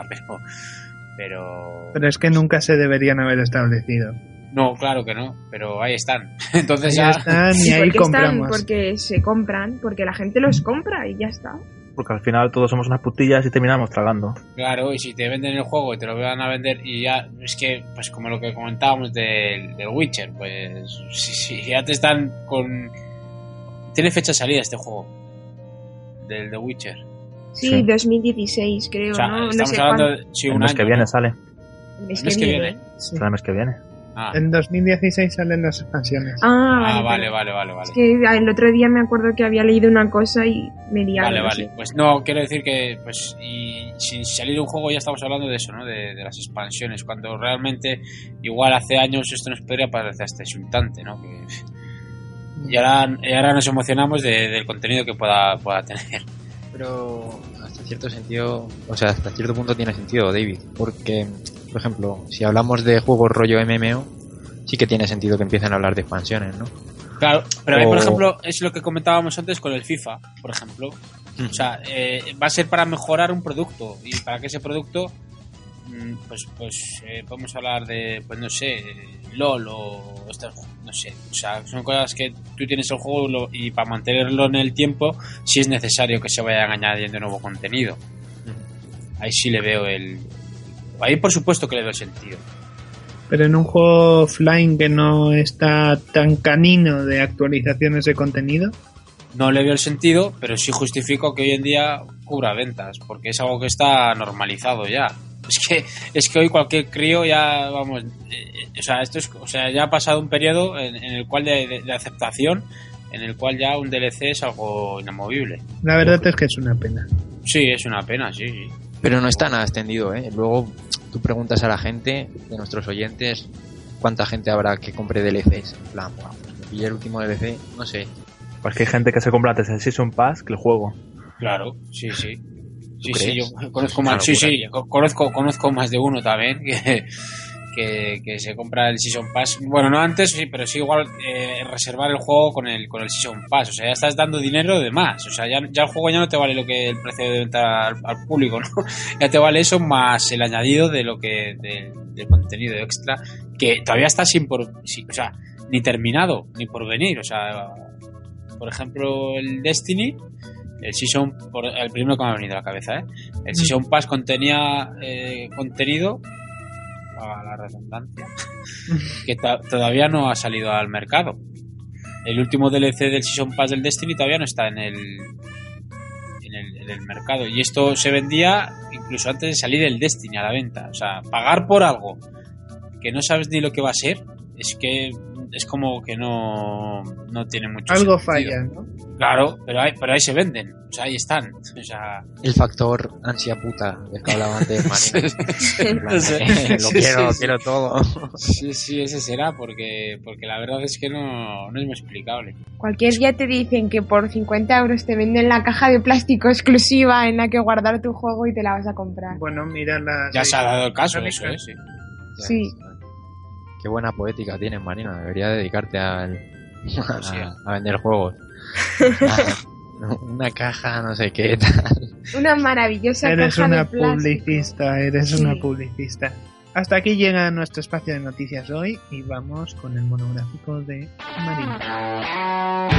pero es que nunca se deberían haber establecido. No, claro que no, pero ahí están. Entonces ahí ya están y sí, ahí compramos. Porque se compran, porque la gente los compra y ya está. Porque al final todos somos unas putillas y terminamos tragando. Claro, y si te venden el juego y te lo van a vender y ya, es que, pues como lo que comentábamos del Witcher, pues si ya te están con... Tiene fecha de salida este juego, del The Witcher. Sí, 2016 creo, o sea, ¿no? Estamos no sé hablando cuándo. de... Sí, el mes que viene sale. El mes que viene. Sí. El mes que viene. Ah. En 2016 salen las expansiones. Vale. Es que el otro día me acuerdo que había leído una cosa y me liaba. Vale. Pues no, quiero decir que pues y sin salir un juego ya estamos hablando de eso, ¿no? De las expansiones, cuando realmente igual hace años esto nos podría parecer hasta insultante, ¿no? Y ahora nos emocionamos del contenido que pueda tener. Pero hasta cierto sentido, o sea, hasta cierto punto tiene sentido, David, porque por ejemplo, si hablamos de juegos rollo MMO, sí que tiene sentido que empiecen a hablar de expansiones, ¿no? Claro, pero por ejemplo, es lo que comentábamos antes con el FIFA, por ejemplo. O sea, va a ser para mejorar un producto y para que ese producto pues podemos hablar de, pues no sé, LOL o estas, no sé, o sea, son cosas que tú tienes el juego y para mantenerlo en el tiempo sí es necesario que se vayan añadiendo nuevo contenido. Ahí sí le veo ahí por supuesto que le veo sentido. Pero en un juego offline que no está tan canino de actualizaciones de contenido, no le veo el sentido, pero sí justifico que hoy en día cubra ventas, porque es algo que está normalizado ya. Es que hoy cualquier crío ya, vamos, ya ha pasado un periodo en el cual de aceptación, en el cual ya un DLC es algo inamovible. La verdad es que es una pena. Sí, es una pena, sí. Pero no está nada extendido, ¿eh? Luego tú preguntas a la gente, de nuestros oyentes, cuánta gente habrá que compre DLCs. En plan, wow, y el último DLC, no sé. Pues que hay gente que se compra antes el Season Pass que el juego. Claro, sí. Sí, yo conozco más, conozco más de uno también que se compra el Season Pass. Bueno, no antes, sí, pero sí igual reservar el juego con el Season Pass. O sea, ya estás dando dinero de más. O sea, ya el juego ya no te vale lo que el precio de venta al público, ¿no? Ya te vale eso más el añadido de lo que del contenido extra que todavía está o sea, ni terminado, ni por venir. O sea, por ejemplo, el Destiny, el primero que me ha venido a la cabeza, el Season Pass contenía contenido, a la redundancia, que todavía no ha salido al mercado. El último DLC del Season Pass del Destiny todavía no está en el mercado, y esto se vendía incluso antes de salir el Destiny a la venta. O sea, pagar por algo que no sabes ni lo que va a ser, es que es como que no tiene mucho algo sentido. Falla, ¿no? Claro, pero ahí se venden, o sea, ahí están. O sea, el factor ansia puta del que hablaba antes Marina. Quiero todo. Sí, ese será, porque la verdad es que no es muy explicable. Cualquier día te dicen que por 50 € te venden la caja de plástico exclusiva en la que guardar tu juego y te la vas a comprar. Bueno, mira ya se ha dado el caso, eso, sí. Sí. Qué buena poética tienes, Marina. Debería dedicarte a vender juegos. Una caja, no sé qué tal. Una maravillosa caja de plástico. Eres una publicista. Hasta aquí llega nuestro espacio de noticias hoy y vamos con el monográfico de Marina.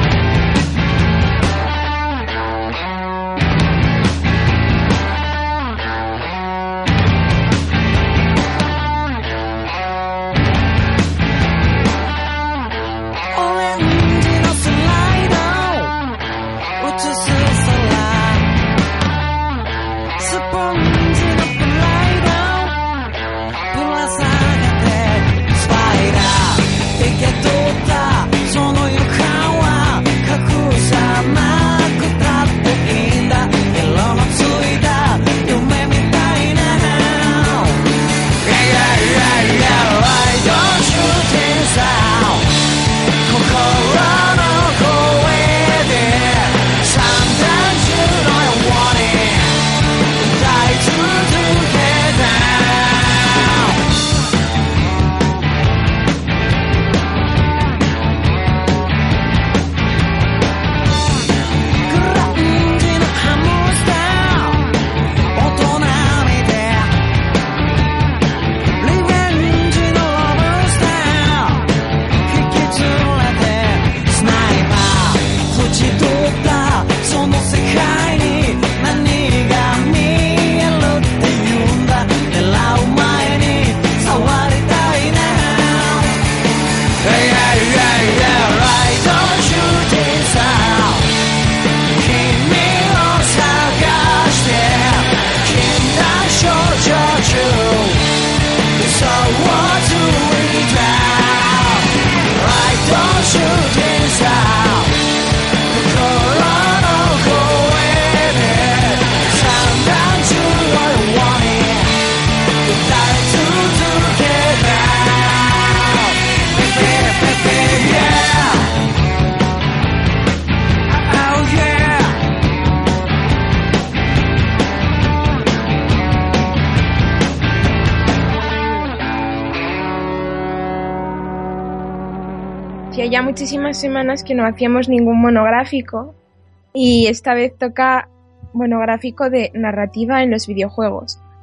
Ya muchísimas semanas que no hacíamos ningún monográfico y esta vez toca monográfico de narrativa en los videojuegos.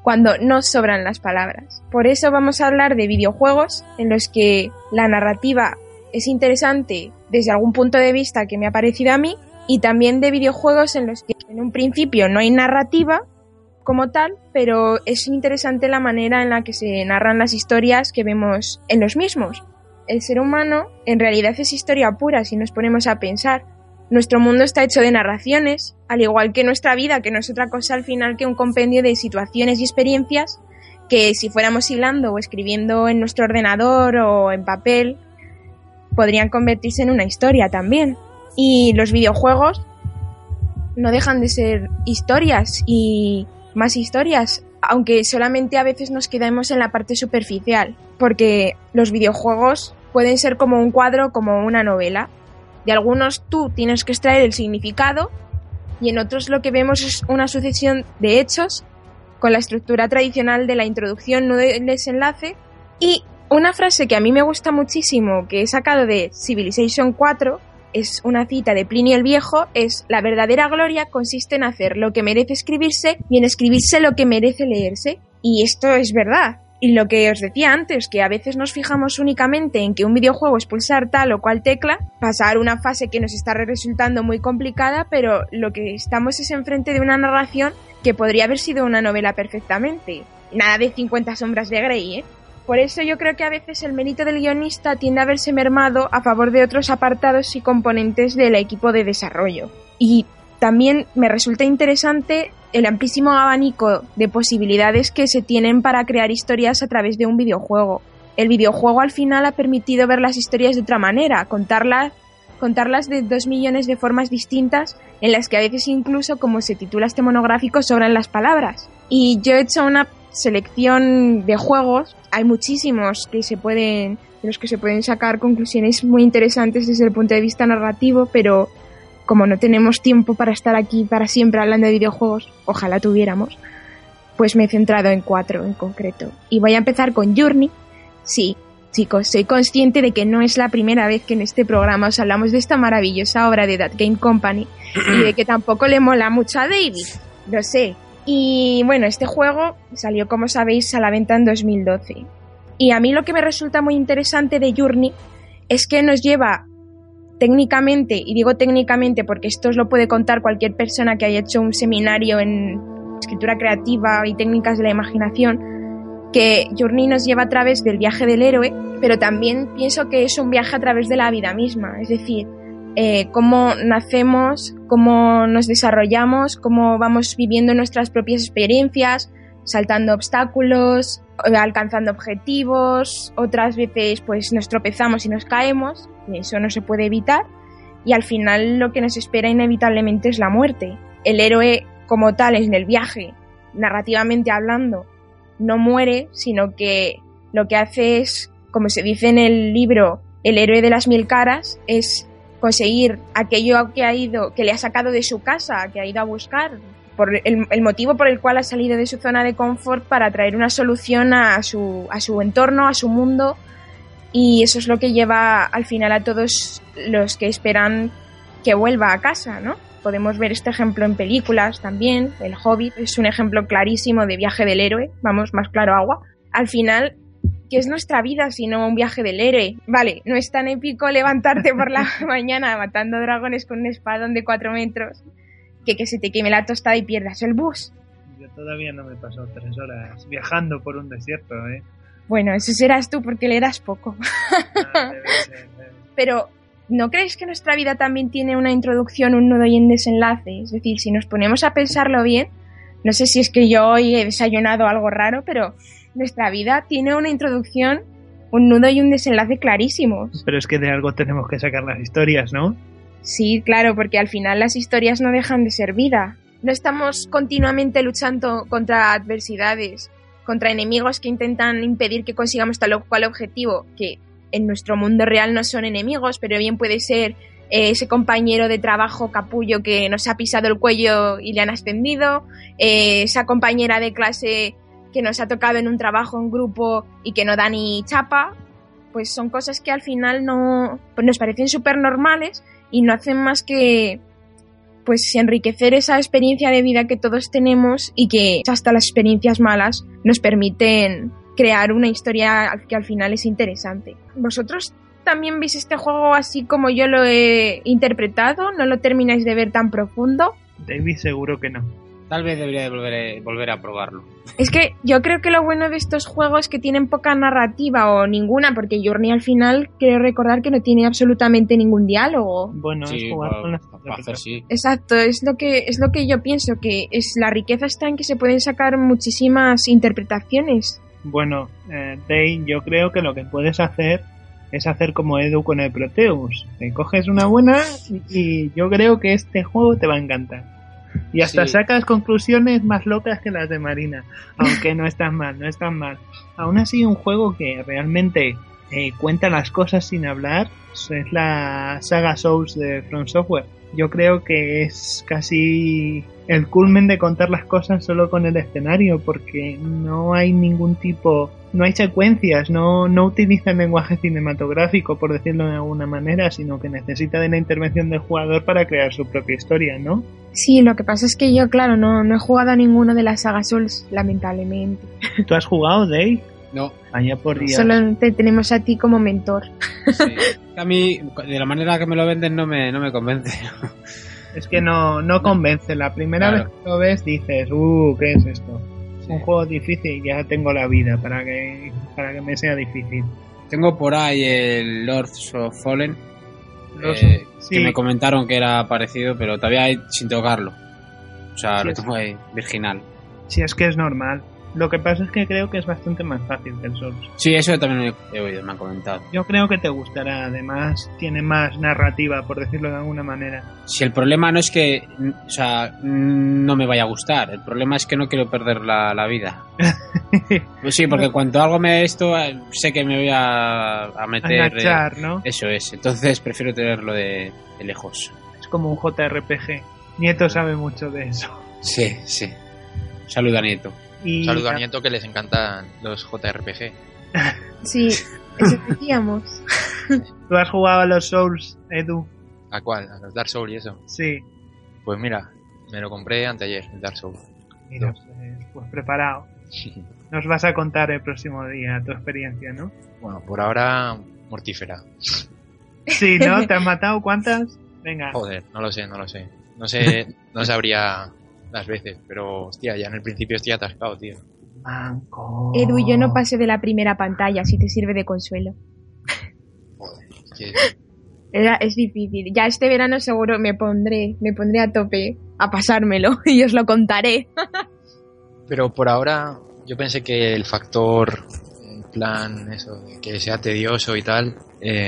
cuando no sobran las palabras. Por eso vamos a hablar de videojuegos en los que la narrativa es interesante desde algún punto de vista que me ha parecido a mí, y también de videojuegos en los que en un principio no hay narrativa como tal, pero es interesante la manera en la que se narran las historias que vemos en los mismos. El ser humano en realidad es historia pura si nos ponemos a pensar. Nuestro mundo está hecho de narraciones, al igual que nuestra vida, que no es otra cosa al final que un compendio de situaciones y experiencias que si fuéramos hilando o escribiendo en nuestro ordenador o en papel, podrían convertirse en una historia también. Y los videojuegos no dejan de ser historias y más historias, aunque solamente a veces nos quedamos en la parte superficial, porque los videojuegos pueden ser como un cuadro, como una novela. De algunos tú tienes que extraer el significado y en otros lo que vemos es una sucesión de hechos con la estructura tradicional de la introducción, nudo y desenlace. Y una frase que a mí me gusta muchísimo, que he sacado de Civilization 4, es una cita de Plinio el Viejo, es: la verdadera gloria consiste en hacer lo que merece escribirse y en escribirse lo que merece leerse. Y esto es verdad. Y lo que os decía antes, que a veces nos fijamos únicamente en que un videojuego es pulsar tal o cual tecla, pasar una fase que nos está resultando muy complicada, pero lo que estamos es enfrente de una narración que podría haber sido una novela perfectamente. Nada de 50 sombras de Grey, ¿eh? Por eso yo creo que a veces el mérito del guionista tiende a verse mermado a favor de otros apartados y componentes del equipo de desarrollo. Y también me resulta interesante el amplísimo abanico de posibilidades que se tienen para crear historias a través de un videojuego. El videojuego al final ha permitido ver las historias de otra manera, contarlas de 2 millones de formas distintas, en las que a veces incluso, como se titula este monográfico, sobran las palabras. Y yo he hecho una selección de juegos, hay muchísimos de los que se pueden sacar conclusiones muy interesantes desde el punto de vista narrativo, pero como no tenemos tiempo para estar aquí para siempre hablando de videojuegos, ojalá tuviéramos, pues me he centrado en 4 en concreto. Y voy a empezar con Journey. Sí, chicos, soy consciente de que no es la primera vez que en este programa os hablamos de esta maravillosa obra de That Game Company y de que tampoco le mola mucho a David, lo sé. Y bueno, este juego salió, como sabéis, a la venta en 2012. Y a mí lo que me resulta muy interesante de Journey es que nos lleva técnicamente, y digo técnicamente porque esto os lo puede contar cualquier persona que haya hecho un seminario en escritura creativa y técnicas de la imaginación, que Journey nos lleva a través del viaje del héroe, pero también pienso que es un viaje a través de la vida misma, es decir, cómo nacemos, cómo nos desarrollamos, cómo vamos viviendo nuestras propias experiencias, saltando obstáculos, alcanzando objetivos, otras veces pues nos tropezamos y nos caemos, y eso no se puede evitar, y al final lo que nos espera inevitablemente es la muerte. El héroe como tal en el viaje, narrativamente hablando, no muere, sino que lo que hace es, como se dice en el libro El héroe de las 1000 caras, es conseguir aquello que le ha sacado de su casa, que ha ido a buscar, por el motivo por el cual ha salido de su zona de confort para traer una solución a su entorno, a su mundo, y eso es lo que lleva al final a todos los que esperan que vuelva a casa, ¿no? Podemos ver este ejemplo en películas también. El Hobbit es un ejemplo clarísimo de viaje del héroe, vamos, más claro agua. Al final, ¿qué es nuestra vida sino un viaje del héroe? Vale, no es tan épico levantarte por la mañana matando dragones con un espadón de 4 metros que se te queme la tostada y pierdas el bus. Yo todavía no me he pasado 3 horas viajando por un desierto, ¿eh? Bueno, eso serás tú porque leerás poco. Debe ser. Pero, ¿no creéis que nuestra vida también tiene una introducción, un nudo y un desenlace? Es decir, si nos ponemos a pensarlo bien, no sé si es que yo hoy he desayunado algo raro, pero nuestra vida tiene una introducción, un nudo y un desenlace clarísimos. Pero es que de algo tenemos que sacar las historias, ¿no? Sí, claro, porque al final las historias no dejan de ser vida. No estamos continuamente luchando contra adversidades, contra enemigos que intentan impedir que consigamos tal o cual objetivo, que en nuestro mundo real no son enemigos, pero bien puede ser ese compañero de trabajo capullo que nos ha pisado el cuello y le han ascendido, esa compañera de clase que nos ha tocado en un trabajo en grupo y que no da ni chapa. Pues son cosas que al final no, pues nos parecen súper normales y no hacen más que pues enriquecer esa experiencia de vida que todos tenemos y que hasta las experiencias malas nos permiten crear una historia que al final es interesante. ¿Vosotros también veis este juego así como yo lo he interpretado? ¿No lo termináis de ver tan profundo? David seguro que no. Tal vez debería de volver a probarlo. Es que yo creo que lo bueno de estos juegos que tienen poca narrativa o ninguna, porque Journey al final quiero recordar que no tiene absolutamente ningún diálogo. Bueno, Sí, es jugar con las sí. Exacto, es lo que yo pienso, que es la riqueza está en que se pueden sacar muchísimas interpretaciones. Bueno, Dave, yo creo que lo que puedes hacer es hacer como Edu con el Proteus. Te coges una buena y yo creo que este juego te va a encantar. Y hasta sacas conclusiones más locas que las de Marina. Aunque no están mal, no están mal. Aún así, un juego que realmente cuenta las cosas sin hablar es la saga Souls de From Software. Yo creo que es casi el culmen de contar las cosas solo con el escenario, porque no hay ningún tipo, no hay secuencias, no utilizan lenguaje cinematográfico, por decirlo de alguna manera, sino que necesita de la intervención del jugador para crear su propia historia, ¿no? Sí, lo que pasa es que yo, claro, no he jugado a ninguna de las sagas Souls, lamentablemente. ¿Tú has jugado, Dave? No. Vaya por Dios. Solo te tenemos a ti como mentor. Sí. A mí, de la manera que me lo venden, no me convence. Es que no convence. La primera vez que lo ves dices, ¿qué es esto? Sí. Un juego difícil y ya tengo la vida para que me sea difícil. Tengo por ahí el Lords of Fallen, que me comentaron que era parecido, pero todavía sin tocarlo. O sea, lo tengo ahí, virginal. Sí, es que es normal. Lo que pasa es que creo que es bastante más fácil que el Souls. Sí, eso también he oído, me han comentado. Yo creo que te gustará, además tiene más narrativa, por decirlo de alguna manera. Si el problema no es que, o sea, no me vaya a gustar, el problema es que no quiero perder la vida. Pues sí, porque cuando algo sé que me voy a meter... A enganchar, ¿no? Eso es, entonces prefiero tenerlo de lejos. Es como un JRPG. Nieto sabe mucho de eso. Sí. Saluda, Nieto. Saludo a Nieto, que les encantan los JRPG. Sí, eso decíamos. ¿Tú has jugado a los Souls, Edu? ¿A cuál? ¿A los Dark Souls y eso? Sí. Pues mira, me lo compré anteayer, el Dark Souls. Mira, pues preparado. Nos vas a contar el próximo día tu experiencia, ¿no? Bueno, por ahora, mortífera. Sí, ¿no? ¿Te han matado cuántas? Venga. Joder, no lo sé. No sabría las veces, pero hostia, ya en el principio estoy atascado, tío. Manco. Edu, yo no pasé de la primera pantalla, si te sirve de consuelo. Joder, que... Es difícil. Ya este verano seguro me pondré a tope a pasármelo y os lo contaré. Pero por ahora yo pensé que el factor, en plan, eso, que sea tedioso y tal,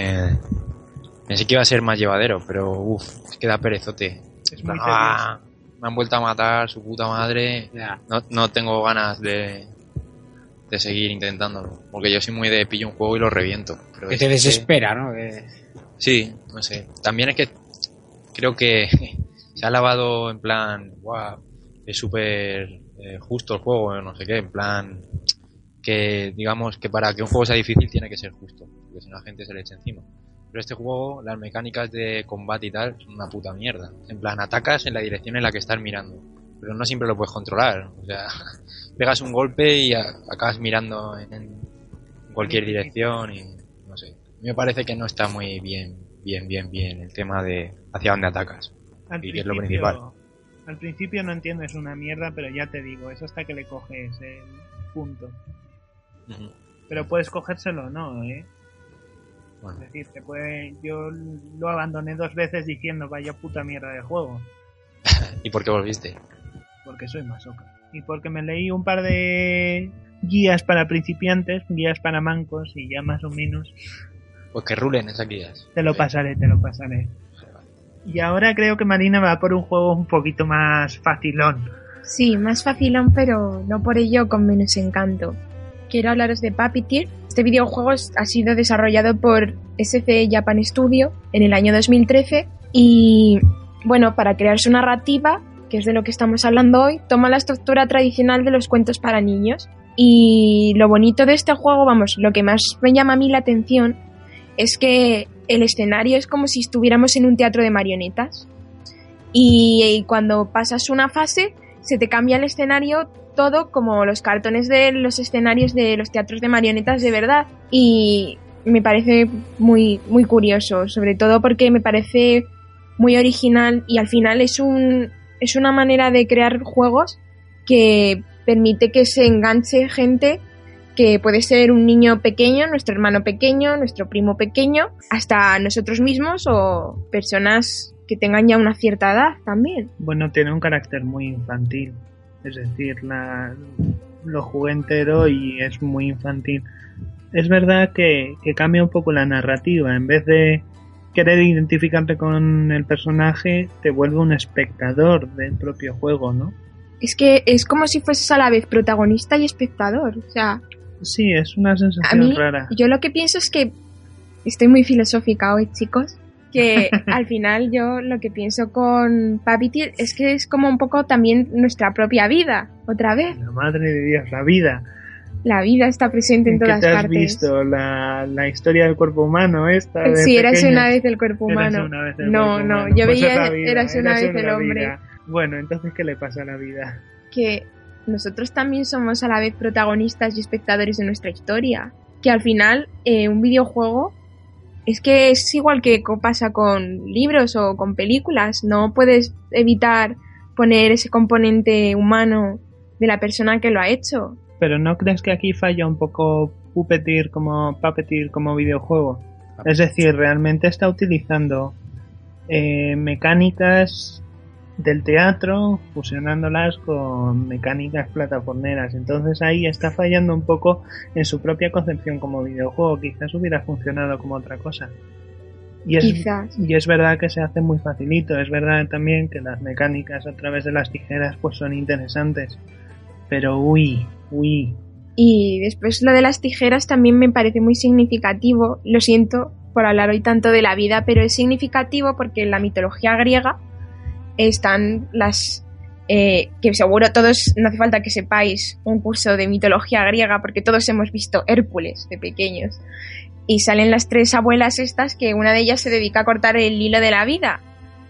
pensé que iba a ser más llevadero, pero es que da perezote. Es muy tedioso. Me han vuelto a matar, su puta madre. No tengo ganas de seguir intentándolo. Porque yo soy muy de pillo un juego y lo reviento. Pero que te desespera, ¿no? Sí, no sé. También es que creo que se ha lavado en plan, wow, es súper justo el juego, no sé qué, en plan que digamos que para que un juego sea difícil tiene que ser justo, porque si no la gente se le echa encima. Pero este juego, las mecánicas de combate y tal, son una puta mierda. En plan, atacas en la dirección en la que estás mirando, pero no siempre lo puedes controlar. O sea, pegas un golpe y acabas mirando en cualquier dirección y no sé. A mí me parece que no está muy bien el tema de hacia dónde atacas. Y que es lo principal. Al principio no entiendes una mierda, pero ya te digo, es hasta que le coges el punto. Uh-huh. Pero puedes cogérselo, ¿no? Bueno. Es decir, yo lo abandoné 2 veces diciendo vaya puta mierda de juego. ¿Y por qué volviste? Porque soy masoca. Y porque me leí un par de guías para principiantes, guías para mancos y ya más o menos... Pues que rulen esas guías. Te lo pasaré. Y ahora creo que Marina va por un juego un poquito más facilón. Sí, más facilón, pero no por ello con menos encanto. Quiero hablaros de Puppeteer. Este videojuego ha sido desarrollado por SC Japan Studio en el año 2013 y, bueno, para crear su narrativa, que es de lo que estamos hablando hoy, toma la estructura tradicional de los cuentos para niños. Y lo bonito de este juego, lo que más me llama a mí la atención es que el escenario es como si estuviéramos en un teatro de marionetas y cuando pasas una fase se te cambia el escenario todo como los cartones de los escenarios de los teatros de marionetas de verdad, y me parece muy, muy curioso, sobre todo porque me parece muy original y al final es una manera de crear juegos que permite que se enganche gente que puede ser un niño pequeño, nuestro hermano pequeño, nuestro primo pequeño, hasta nosotros mismos o personas que tengan ya una cierta edad también. Bueno, tiene un carácter muy infantil, es decir, lo jugué entero y es muy infantil. Es verdad que cambia un poco la narrativa, en vez de querer identificarte con el personaje, te vuelve un espectador del propio juego, ¿no? Es que es como si fueses a la vez protagonista y espectador, o sea... Sí, es una sensación rara. Yo lo que pienso es que estoy muy filosófica hoy, chicos, que al final yo lo que pienso con Puppeteer es que es como un poco también nuestra propia vida, otra vez. La madre de Dios, la vida. La vida está presente en todas partes. ¿Qué te has visto? La historia del cuerpo humano esta. Sí, Érase una vez el cuerpo humano. No, yo pues veía Érase una vez el hombre. Vida. Bueno, entonces, ¿qué le pasa a la vida? Que nosotros también somos a la vez protagonistas y espectadores de nuestra historia. Que al final, un videojuego es que es igual que pasa con libros o con películas. No puedes evitar poner ese componente humano de la persona que lo ha hecho. Pero ¿no crees que aquí falla un poco Puppeteer como videojuego? Es decir, realmente está utilizando mecánicas del teatro, fusionándolas con mecánicas plataformeras. Entonces ahí está fallando un poco en su propia concepción como videojuego. Quizás hubiera funcionado como otra cosa. Y es verdad que se hace muy facilito. Es verdad también que las mecánicas a través de las tijeras pues son interesantes. Pero uy. Y después lo de las tijeras también me parece muy significativo. Lo siento por hablar hoy tanto de la vida, pero es significativo porque en la mitología griega están las... que seguro todos, no hace falta que sepáis un curso de mitología griega, porque todos hemos visto Hércules de pequeños. Y salen las tres abuelas estas, que una de ellas se dedica a cortar el hilo de la vida.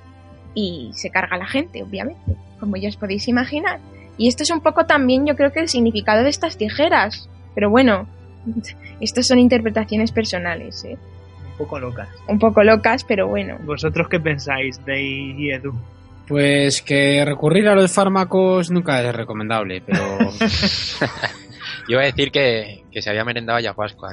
Y se carga a la gente, obviamente, como ya os podéis imaginar. Y esto es un poco también, yo creo que el significado de estas tijeras. Pero bueno, estas son interpretaciones personales, ¿eh? Un poco locas, pero bueno. ¿Vosotros qué pensáis, Dei y Edu? Pues que recurrir a los fármacos nunca es recomendable, pero... Yo iba a decir que se había merendado ya Pascua.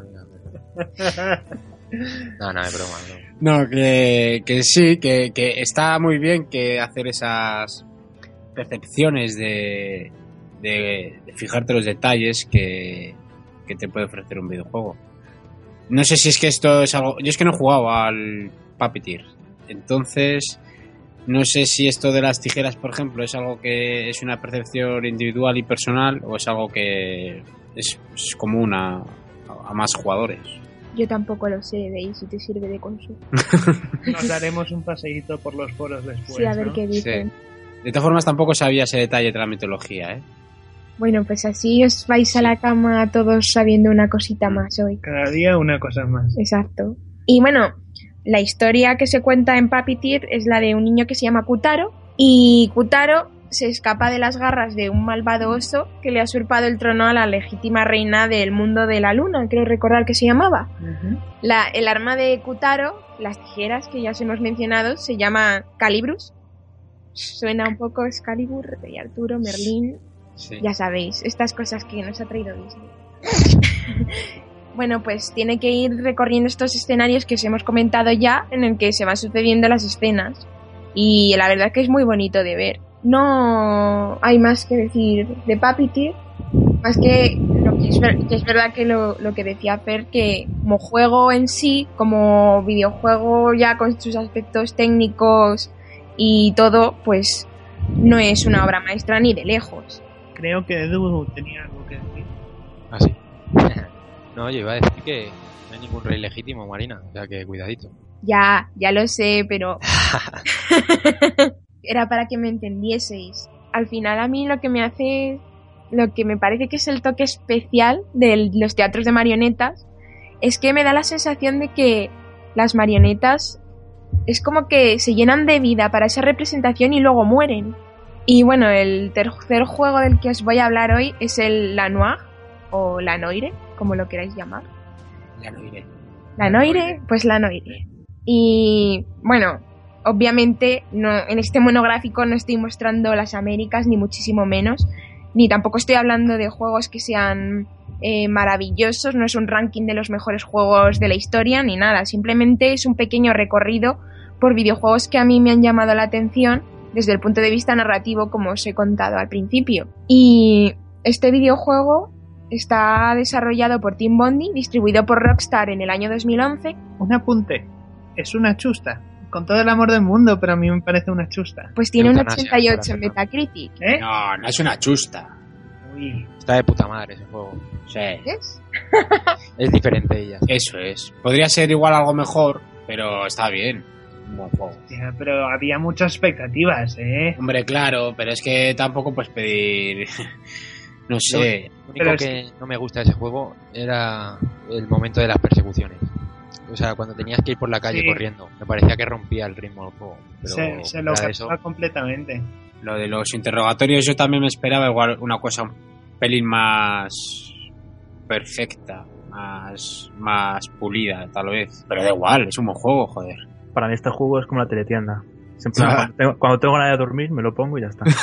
No, es broma. No, que sí, que está muy bien que hacer esas percepciones de fijarte los detalles que te puede ofrecer un videojuego. No sé si es que esto es algo... Yo es que no he jugado al Puppeteer, entonces no sé si esto de las tijeras, por ejemplo, es algo que es una percepción individual y personal o es algo que es común a más jugadores. Yo tampoco lo sé, de ahí si te sirve de consulta. Nos daremos un paseíto por los foros después. Sí, a ver, ¿no? Qué dicen. Sí. De todas formas, tampoco sabía ese detalle de la mitología, ¿eh? Bueno, pues así os vais a la cama todos sabiendo una cosita más hoy. Cada día una cosa más. Exacto. Y bueno, la historia que se cuenta en Puppeteer es la de un niño que se llama Kutaro. Y Kutaro se escapa de las garras de un malvado oso que le ha usurpado el trono a la legítima reina del mundo de la luna, creo recordar que se llamaba. Uh-huh. El arma de Kutaro, las tijeras que ya os hemos mencionado, se llama Calibrus. Suena un poco Excalibur, Rey Arturo, Merlín, sí. Ya sabéis, estas cosas que nos ha traído Disney. Bueno, pues tiene que ir recorriendo estos escenarios que os hemos comentado ya, en el que se van sucediendo las escenas. Y la verdad que es muy bonito de ver. No hay más que decir de Puppeteer, más que es verdad que lo que decía Fer, que como juego en sí, como videojuego ya con sus aspectos técnicos y todo, pues no es una obra maestra ni de lejos. Creo que Edu tenía algo que decir. ¿Ah, sí? No, yo iba a decir que no hay ningún rey legítimo, Marina, o sea que cuidadito. Ya lo sé, pero era para que me entendieseis. Al final a mí lo que me parece que es el toque especial de los teatros de marionetas es que me da la sensación de que las marionetas es como que se llenan de vida para esa representación y luego mueren. Y bueno, el tercer juego del que os voy a hablar hoy es el Lanoir, o Lanoire, como lo queráis llamar. Lanoire, pues Lanoire. Y bueno, obviamente no, en este monográfico no estoy mostrando las Américas, ni muchísimo menos, ni tampoco estoy hablando de juegos que sean maravillosos, no es un ranking de los mejores juegos de la historia, ni nada, simplemente es un pequeño recorrido por videojuegos que a mí me han llamado la atención desde el punto de vista narrativo, como os he contado al principio. Y este videojuego está desarrollado por Team Bondi, distribuido por Rockstar en el año 2011. Un apunte, es una chusta. Con todo el amor del mundo, pero a mí me parece una chusta. Pues tiene un 88 en Metacritic. ¿Eh? No, no es una chusta. Uy. Está de puta madre ese juego. Sí. ¿Ves? Es diferente ella. Eso es. Podría ser igual algo mejor, pero está bien. Un buen juego. Hostia, pero había muchas expectativas, ¿eh? Hombre, claro, pero es que tampoco puedes pedir... No sé. Lo único que no me gusta de ese juego era el momento de las persecuciones. O sea, cuando tenías que ir por la calle corriendo, me parecía que rompía el ritmo del juego. Pero se lo captaba completamente. Lo de los interrogatorios yo también me esperaba igual una cosa un pelín más perfecta, más pulida, tal vez. Pero da igual, es un buen juego, joder. Para mí este juego es como la teletienda. Siempre cuando tengo ganas de dormir me lo pongo y ya está.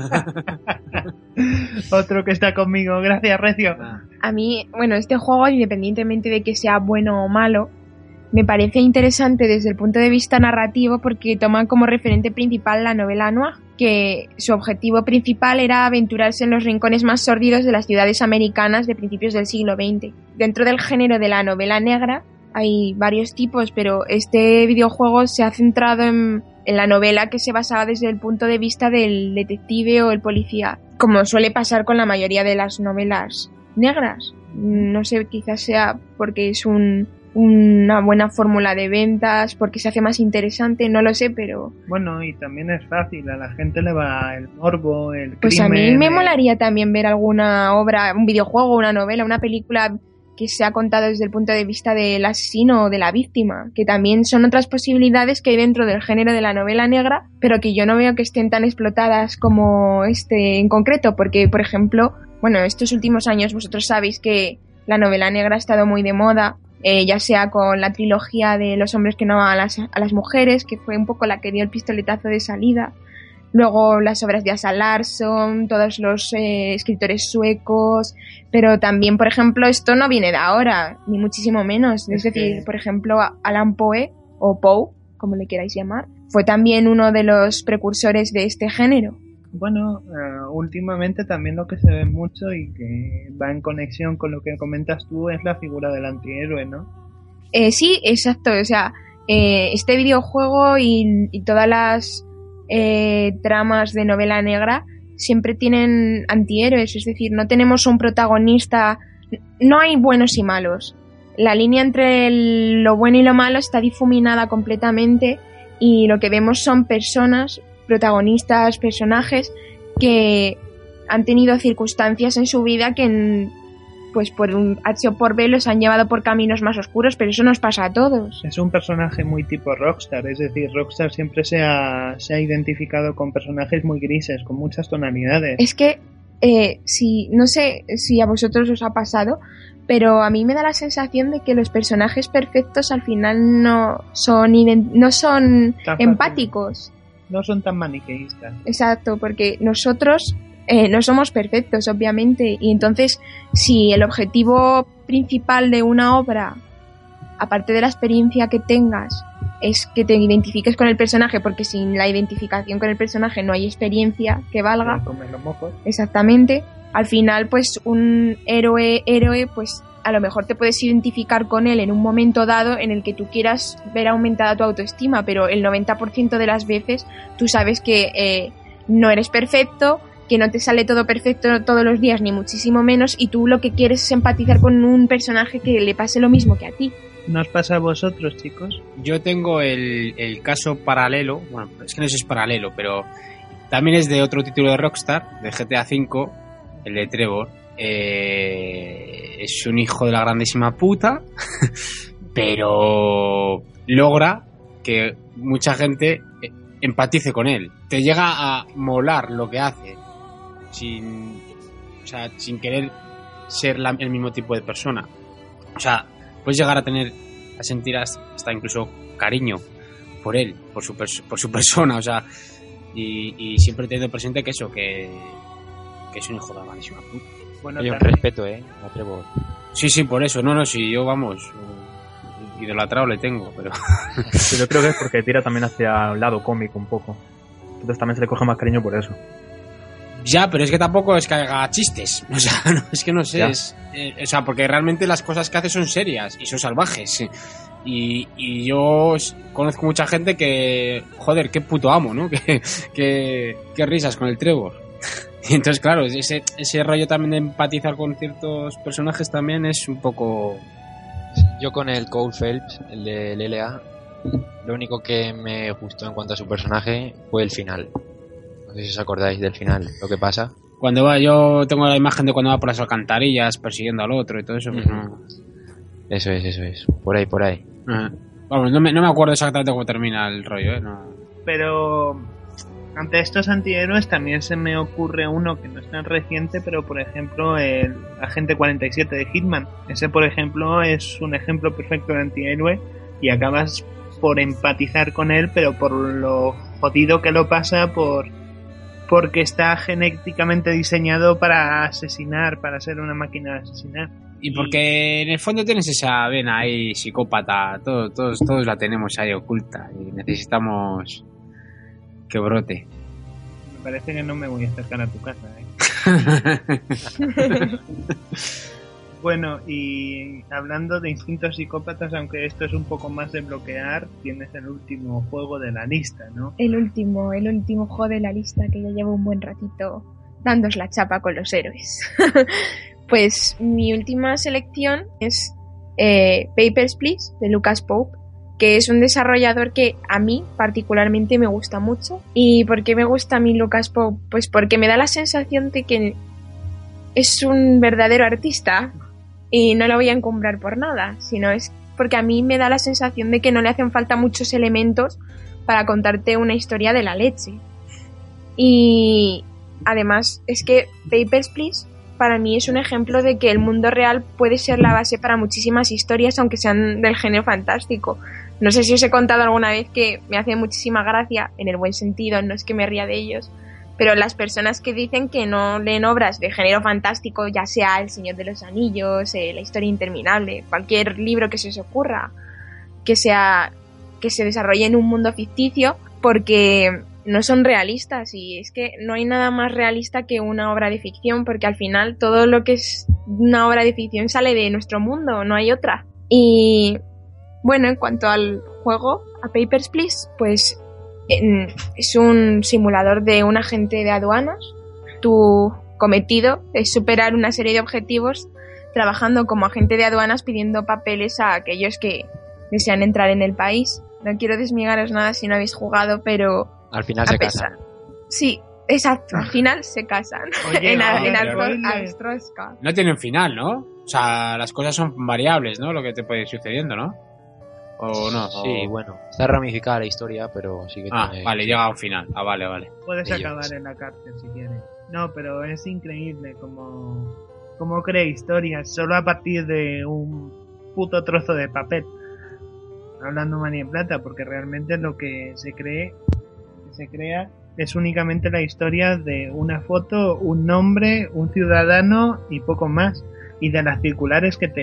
Otro que está conmigo, gracias Recio. A mí, bueno, este juego, independientemente de que sea bueno o malo, me parece interesante desde el punto de vista narrativo porque toma como referente principal la novela Noir, que su objetivo principal era aventurarse en los rincones más sórdidos de las ciudades americanas de principios del siglo XX. Dentro del género de la novela negra hay varios tipos, pero este videojuego se ha centrado en la novela que se basaba desde el punto de vista del detective o el policía, como suele pasar con la mayoría de las novelas negras. No sé, quizás sea porque es una buena fórmula de ventas, porque se hace más interesante, no lo sé, pero... Bueno, y también es fácil, a la gente le va el morbo, el pues crimen... Pues a mí me molaría también ver alguna obra, un videojuego, una novela, una película que se ha contado desde el punto de vista del asesino o de la víctima, que también son otras posibilidades que hay dentro del género de la novela negra, pero que yo no veo que estén tan explotadas como este en concreto, porque, por ejemplo, bueno, estos últimos años vosotros sabéis que la novela negra ha estado muy de moda, ya sea con la trilogía de Los hombres que no aman a las mujeres, que fue un poco la que dio el pistoletazo de salida. Luego las obras de Asa Larsson, todos los escritores suecos, pero también, por ejemplo, esto no viene de ahora, ni muchísimo menos. Es decir, por ejemplo, Alan Poe, o Poe, como le queráis llamar, fue también uno de los precursores de este género. Bueno, últimamente también lo que se ve mucho y que va en conexión con lo que comentas tú es la figura del antihéroe, ¿no? Sí, exacto. O sea, este videojuego y todas las tramas de novela negra siempre tienen antihéroes, es decir, no tenemos un protagonista, no hay buenos y malos. La línea entre lo bueno y lo malo está difuminada completamente y lo que vemos son personas, protagonistas, personajes que han tenido circunstancias en su vida que pues por un H o por B los han llevado por caminos más oscuros, pero eso nos pasa a todos. Es un personaje muy tipo Rockstar, es decir, Rockstar siempre se ha identificado con personajes muy grises, con muchas tonalidades. Es que, no sé si a vosotros os ha pasado, pero a mí me da la sensación de que los personajes perfectos al final no son empáticos. No son tan maniqueístas. Exacto, porque nosotros no somos perfectos, obviamente, y entonces si el objetivo principal de una obra, aparte de la experiencia que tengas, es que te identifiques con el personaje, porque sin la identificación con el personaje no hay experiencia que valga. Comer los mocos. Exactamente. Al final, pues un héroe, pues a lo mejor te puedes identificar con él en un momento dado en el que tú quieras ver aumentada tu autoestima, pero el 90% de las veces tú sabes que no eres perfecto, que no te sale todo perfecto todos los días, ni muchísimo menos, y tú lo que quieres es empatizar con un personaje que le pase lo mismo que a ti. ¿No os pasa a vosotros, chicos? Yo tengo el caso paralelo, bueno, es que no sé si es paralelo, pero también es de otro título de Rockstar, de GTA V, el de Trevor. Es un hijo de la grandísima puta, pero logra que mucha gente empatice con él. Te llega a molar lo que hace sin querer ser el mismo tipo de persona. O sea, puedes llegar a sentir hasta incluso cariño por él, por su persona, o sea, y siempre teniendo presente que eso, que es un hijo de la malísima puta. Bueno, hay un respeto, me atrevo. Sí, por eso, sí, yo vamos, idolatrado le tengo, pero... Yo creo que es porque tira también hacia el lado cómico un poco, entonces también se le coge más cariño por eso. Ya, pero es que tampoco es que haga chistes, o sea, no, es que no sé, porque realmente las cosas que hace son serias y son salvajes, y yo conozco mucha gente que, joder, qué puto amo, ¿no? Qué risas con el Trevor. Y entonces, claro, ese rollo también de empatizar con ciertos personajes también es un poco... Yo con el Cole Phelps, el de LLA, lo único que me gustó en cuanto a su personaje fue el final. No sé si os acordáis del final, lo que pasa. Yo tengo la imagen de cuando va por las alcantarillas persiguiendo al otro y todo eso, pues no... Eso es. Por ahí. Vamos, no me acuerdo exactamente cómo termina el rollo, No. Pero ante estos antihéroes también se me ocurre uno que no es tan reciente, pero por ejemplo el Agente 47 de Hitman. Ese, por ejemplo, es un ejemplo perfecto de antihéroe y acabas por empatizar con él, pero por lo jodido que lo pasa, porque está genéticamente diseñado para asesinar, para ser una máquina de asesinar. Y porque en el fondo tienes esa vena ahí psicópata, todos la tenemos ahí oculta y necesitamos que brote. Me parece que no me voy a acercar a tu casa, Bueno, y hablando de instintos psicópatas, aunque esto es un poco más de bloquear, tienes el último juego de la lista, ¿no? El último juego de la lista, que ya llevo un buen ratito dándos la chapa con los héroes. Pues mi última selección es Papers, Please, de Lucas Pope, que es un desarrollador que a mí particularmente me gusta mucho. ¿Y por qué me gusta a mí Lucas Pope? Pues porque me da la sensación de que es un verdadero artista y no lo voy a encumbrar por nada, sino es porque a mí me da la sensación de que no le hacen falta muchos elementos para contarte una historia de la leche. Y además es que Papers, Please para mí es un ejemplo de que el mundo real puede ser la base para muchísimas historias, aunque sean del género fantástico. No sé si os he contado alguna vez que me hace muchísima gracia, en el buen sentido, no es que me ría de ellos, pero las personas que dicen que no leen obras de género fantástico, ya sea El Señor de los Anillos, La Historia Interminable, cualquier libro que se os ocurra, que se desarrolle en un mundo ficticio, porque no son realistas, y es que no hay nada más realista que una obra de ficción, porque al final todo lo que es una obra de ficción sale de nuestro mundo, no hay otra. Y bueno, en cuanto al juego, a Papers, Please, pues es un simulador de un agente de aduanas. Tu cometido es superar una serie de objetivos trabajando como agente de aduanas, pidiendo papeles a aquellos que desean entrar en el país. No quiero desmigaros nada si no habéis jugado, pero al final se casan. Sí, exacto, al final se casan. Oye, en Astroska. No tienen final, ¿no? O sea, las cosas son variables, ¿no? Lo que te puede ir sucediendo, ¿no? ¿O no? Sí, bueno, está ramificada la historia, pero sí que tiene... Vale, llega a un final. Vale. Puedes acabar en la cárcel si quieres. No, pero es increíble como crea historias solo a partir de un puto trozo de papel. Hablando mal y en plata, porque realmente lo que se crea es únicamente la historia de una foto, un nombre, un ciudadano y poco más, y de las circulares que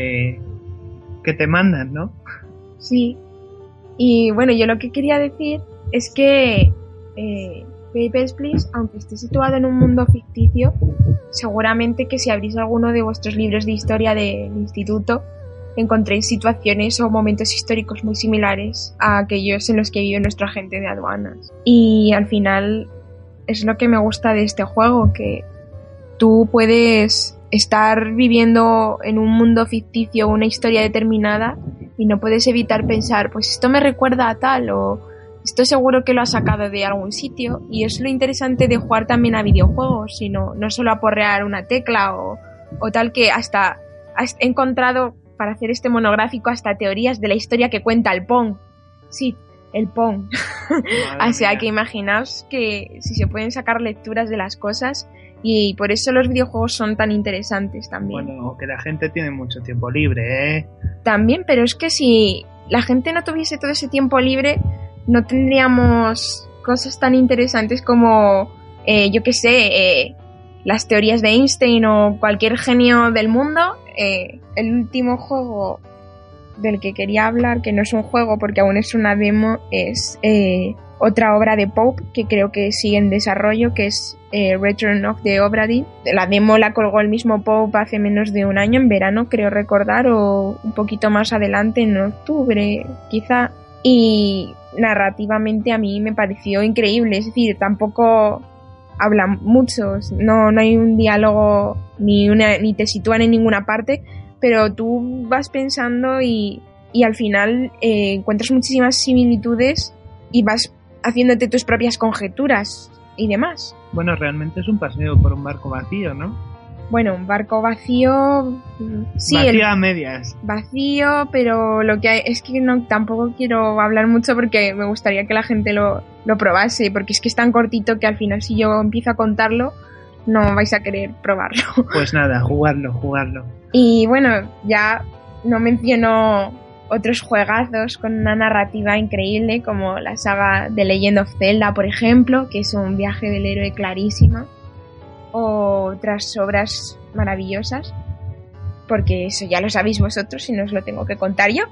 te mandan, ¿no? Sí, y bueno, yo lo que quería decir es que Papers, Please, aunque esté situado en un mundo ficticio, seguramente que si abrís alguno de vuestros libros de historia del instituto, encontréis situaciones o momentos históricos muy similares a aquellos en los que vive nuestro agente de aduanas. Y al final es lo que me gusta de este juego, que tú puedes estar viviendo en un mundo ficticio una historia determinada y no puedes evitar pensar, pues esto me recuerda a tal, o esto seguro que lo ha sacado de algún sitio. Y es lo interesante de jugar también a videojuegos, sino no solo a porrear una tecla o tal, que hasta he encontrado para hacer este monográfico hasta teorías de la historia que cuenta el Pong. Sí, el Pong. O sea que imaginaos que si se pueden sacar lecturas de las cosas, y por eso los videojuegos son tan interesantes también. Bueno, que la gente tiene mucho tiempo libre, ¿eh? También, pero es que si la gente no tuviese todo ese tiempo libre, no tendríamos cosas tan interesantes como, yo qué sé, las teorías de Einstein o cualquier genio del mundo. El último juego del que quería hablar, que no es un juego porque aún es una demo, es otra obra de Pope que creo que sigue en desarrollo, que es Return of the Obra Dinn. La demo la colgó el mismo Pope hace menos de un año, en verano creo recordar, o un poquito más adelante, en octubre quizá, y narrativamente a mí me pareció increíble. Es decir, tampoco hablan muchos, no hay un diálogo ni te sitúan en ninguna parte, pero tú vas pensando y al final encuentras muchísimas similitudes y vas haciéndote tus propias conjeturas y demás. Bueno, realmente es un paseo por un barco vacío, ¿no? Bueno, un barco vacío... Sí, vacío a medias. Vacío, pero lo que hay es que no, tampoco quiero hablar mucho porque me gustaría que la gente lo probase, porque es que es tan cortito que al final si yo empiezo a contarlo no vais a querer probarlo. Pues nada, jugarlo. Y bueno, ya no menciono otros juegazos con una narrativa increíble como la saga de Legend of Zelda, por ejemplo, que es un viaje del héroe clarísima, o otras obras maravillosas, porque eso ya lo sabéis vosotros y no os lo tengo que contar yo.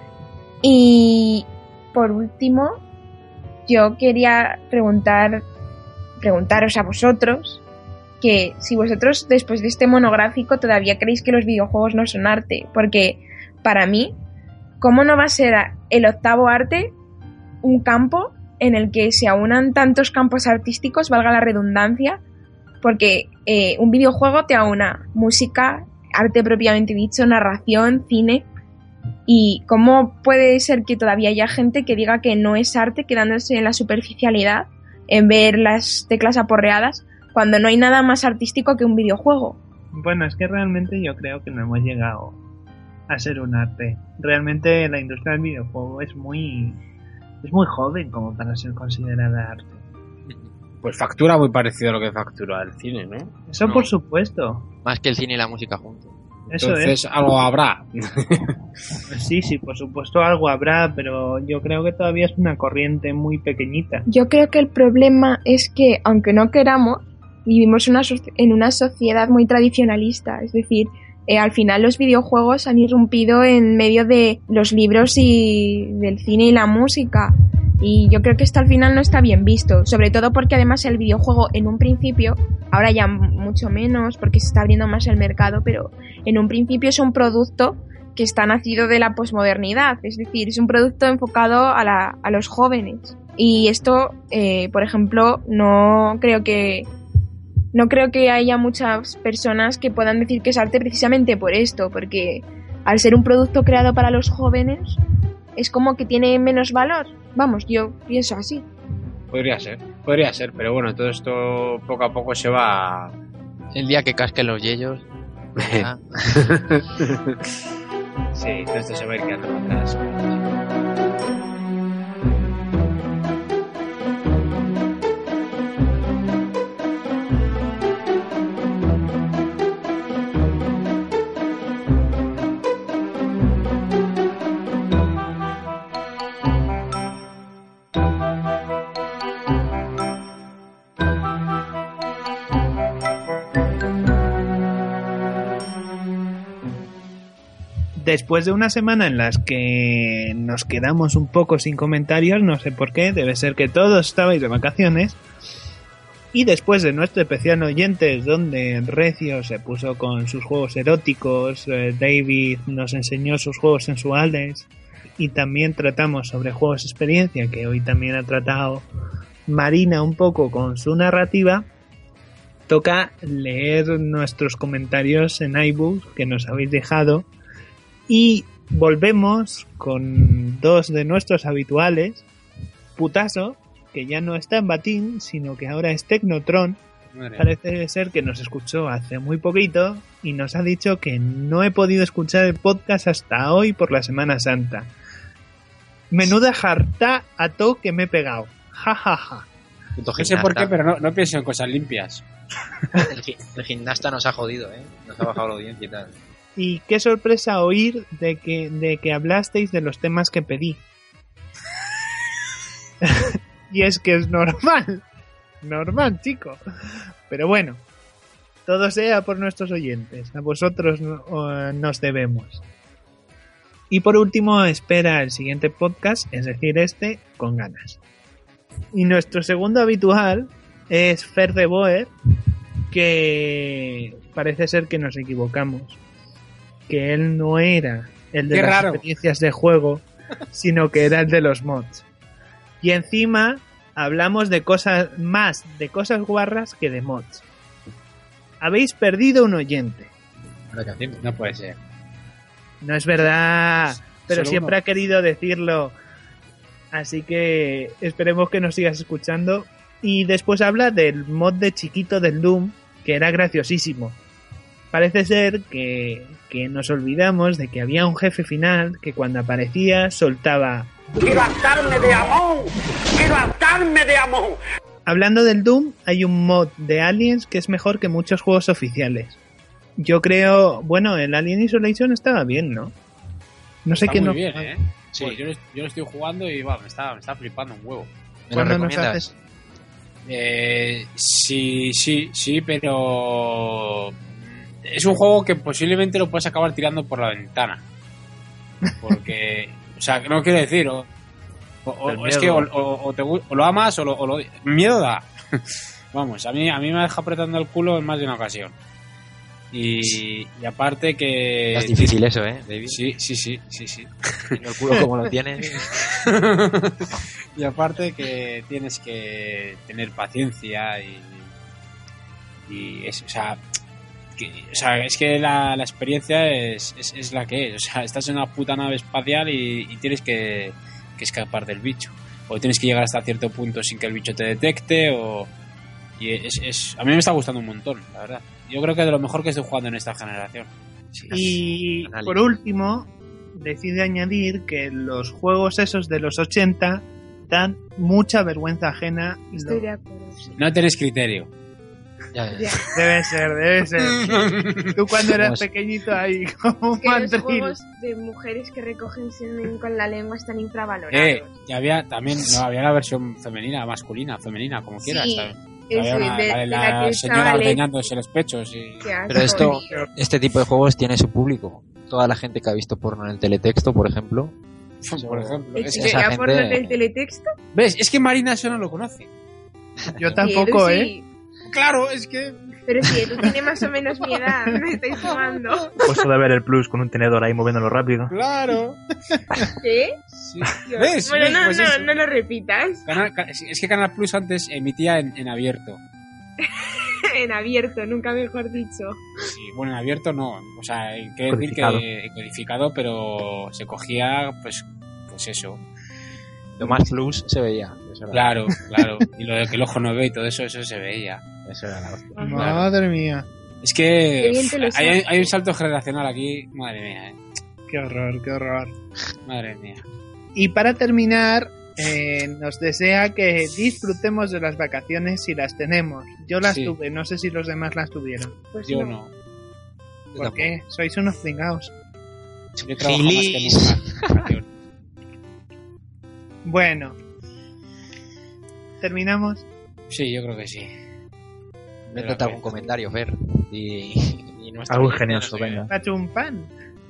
Y por último, yo quería preguntaros a vosotros que si vosotros después de este monográfico todavía creéis que los videojuegos no son arte, porque para mí, ¿cómo no va a ser el octavo arte un campo en el que se aunan tantos campos artísticos, valga la redundancia? Porque un videojuego te aúna música, arte propiamente dicho, narración, cine. ¿Y cómo puede ser que todavía haya gente que diga que no es arte, quedándose en la superficialidad, en ver las teclas aporreadas, cuando no hay nada más artístico que un videojuego? Bueno, es que realmente yo creo que no hemos llegado a ser un arte. Realmente la industria del videojuego es muy joven como para ser considerada arte. Pues factura muy parecido a lo que factura el cine, ¿no? Eso no, por supuesto. Más que el cine y la música juntos. Entonces algo habrá. Sí, por supuesto algo habrá, pero yo creo que todavía es una corriente muy pequeñita. Yo creo que el problema es que, aunque no queramos, vivimos en una sociedad muy tradicionalista. Es decir, al final los videojuegos han irrumpido en medio de los libros y del cine y la música. Y yo creo que esto al final no está bien visto, sobre todo porque además el videojuego en un principio, ahora ya mucho menos porque se está abriendo más el mercado, pero en un principio es un producto que está nacido de la posmodernidad, es decir, es un producto enfocado a los jóvenes. Y esto, por ejemplo, no creo que haya muchas personas que puedan decir que es arte precisamente por esto, porque al ser un producto creado para los jóvenes, es como que tiene menos valor. Vamos, yo pienso así. Podría ser, pero bueno, todo esto poco a poco se va... El día que casquen los yeyos... Sí, todo esto se va a ir quedando atrás. Después de una semana en las que nos quedamos un poco sin comentarios, no sé por qué, debe ser que todos estabais de vacaciones, y después de nuestro especial oyentes donde Recio se puso con sus juegos eróticos, David nos enseñó sus juegos sensuales, y también tratamos sobre juegos experiencia, que hoy también ha tratado Marina un poco con su narrativa, toca leer nuestros comentarios en iBooks que nos habéis dejado. Y volvemos con dos de nuestros habituales, Putaso, que ya no está en Batín, sino que ahora es Tecnotron. Parece ser que nos escuchó hace muy poquito y nos ha dicho que no he podido escuchar el podcast hasta hoy por la Semana Santa. Menuda jarta a to que me he pegado. Ja, ja, ja. No sé por qué, pero no pienso en cosas limpias. El gimnasta nos ha jodido, nos ha bajado la audiencia y tal. Y qué sorpresa oír de que hablasteis de los temas que pedí. Y es que es normal, chico. Pero bueno, todo sea por nuestros oyentes. A vosotros nos debemos. Y por último, espera el siguiente podcast, es decir, con ganas. Y nuestro segundo habitual es Fer de Boer, que parece ser que nos equivocamos. Que él no era el de las experiencias de juego, sino que era el de los mods. Y encima hablamos de cosas guarras que de mods. Habéis perdido un oyente. No puede ser. No es verdad, pero Solo siempre uno. ha querido decirlo. Así que esperemos que nos sigas escuchando. Y después habla del mod de chiquito del Doom, que era graciosísimo. Parece ser que nos olvidamos de que había un jefe final que cuando aparecía soltaba... ¡Quiero hartarme de amor! ¡Quiero hartarme de amor! Hablando del Doom, hay un mod de Aliens que es mejor que muchos juegos oficiales. Yo creo... Bueno, el Alien Isolation estaba bien, ¿no? No sé Está qué muy no... bien, ¿eh? Sí. Pues yo lo estoy jugando y me está flipando un huevo. ¿Me lo ¿Cuándo nos recomiendas? haces? Sí, pero es un juego que posiblemente lo puedes acabar tirando por la ventana. Porque, o sea, no quiero decir, o es que o lo amas o lo miedo da. Vamos, a mí me deja apretando el culo en más de una ocasión. Y aparte que... Es difícil eso, David? Sí. El culo como lo tienes. Y aparte que tienes que tener paciencia y es, o sea, es que la experiencia es la que es. O sea, estás en una puta nave espacial y tienes que escapar del bicho. O tienes que llegar hasta cierto punto sin que el bicho te detecte a mí me está gustando un montón, la verdad. Yo creo que es de lo mejor que estoy jugando en esta generación. Sí, Y análisis. por último, decide añadir que los juegos esos de los 80 dan mucha vergüenza ajena. Estoy de acuerdo. Sí. No tenés criterio. Ya. Debe ser. Tú cuando eras pequeñito ahí como un Es que los mandril. juegos de mujeres que recogen semen con la lengua están infravalorados. Y había también, había la versión femenina, masculina, femenina, como quieras. Sí, ¿sabes? eso, Había una, de la la que señora estaba ordeñándose los pechos y... Qué asco, Pero tío. este tipo de juegos tiene su público. Toda la gente que ha visto porno en el teletexto, por ejemplo. Por ejemplo. ¿Es Es que que, esa ya por gente- el teletexto? ¿ves? Es que Marina eso no lo conoce. Yo tampoco, Sí, Edu sí. Claro, es que... Pero si Edu tiene más o menos mi edad, me estáis jugando. Pues eso de ver el plus con un tenedor ahí moviéndolo rápido. Claro. ¿Qué? Sí. Dios. ¿Ves? Bueno, ¿Ves? Pues eso. no lo repitas. Es que Canal Plus antes emitía en abierto. En abierto, nunca mejor dicho. Sí, bueno, en abierto no. O sea, quiero decir Codificado. que codificado, pero se cogía, pues eso. Lo más plus se veía. Eso era, Claro. Y lo de que el ojo no ve y todo eso se veía. eso era la hostia. Madre mía. Es Qué que bien te lo sabes. hay un salto generacional aquí. Madre mía, Qué horror. Madre mía. Y para terminar, nos desea que disfrutemos de las vacaciones si las tenemos. Yo las Sí. tuve, no sé si los demás las tuvieron. Pues Yo no. no. ¿Por qué? Sois unos pringaos. Yo trabajo más que Gilis. nunca. Bueno. ¿Terminamos? Sí, yo creo que sí. Métete algún comentario, Fer. Y nuestro Algo oyente ingenioso, nos diga. venga. Pachumpan.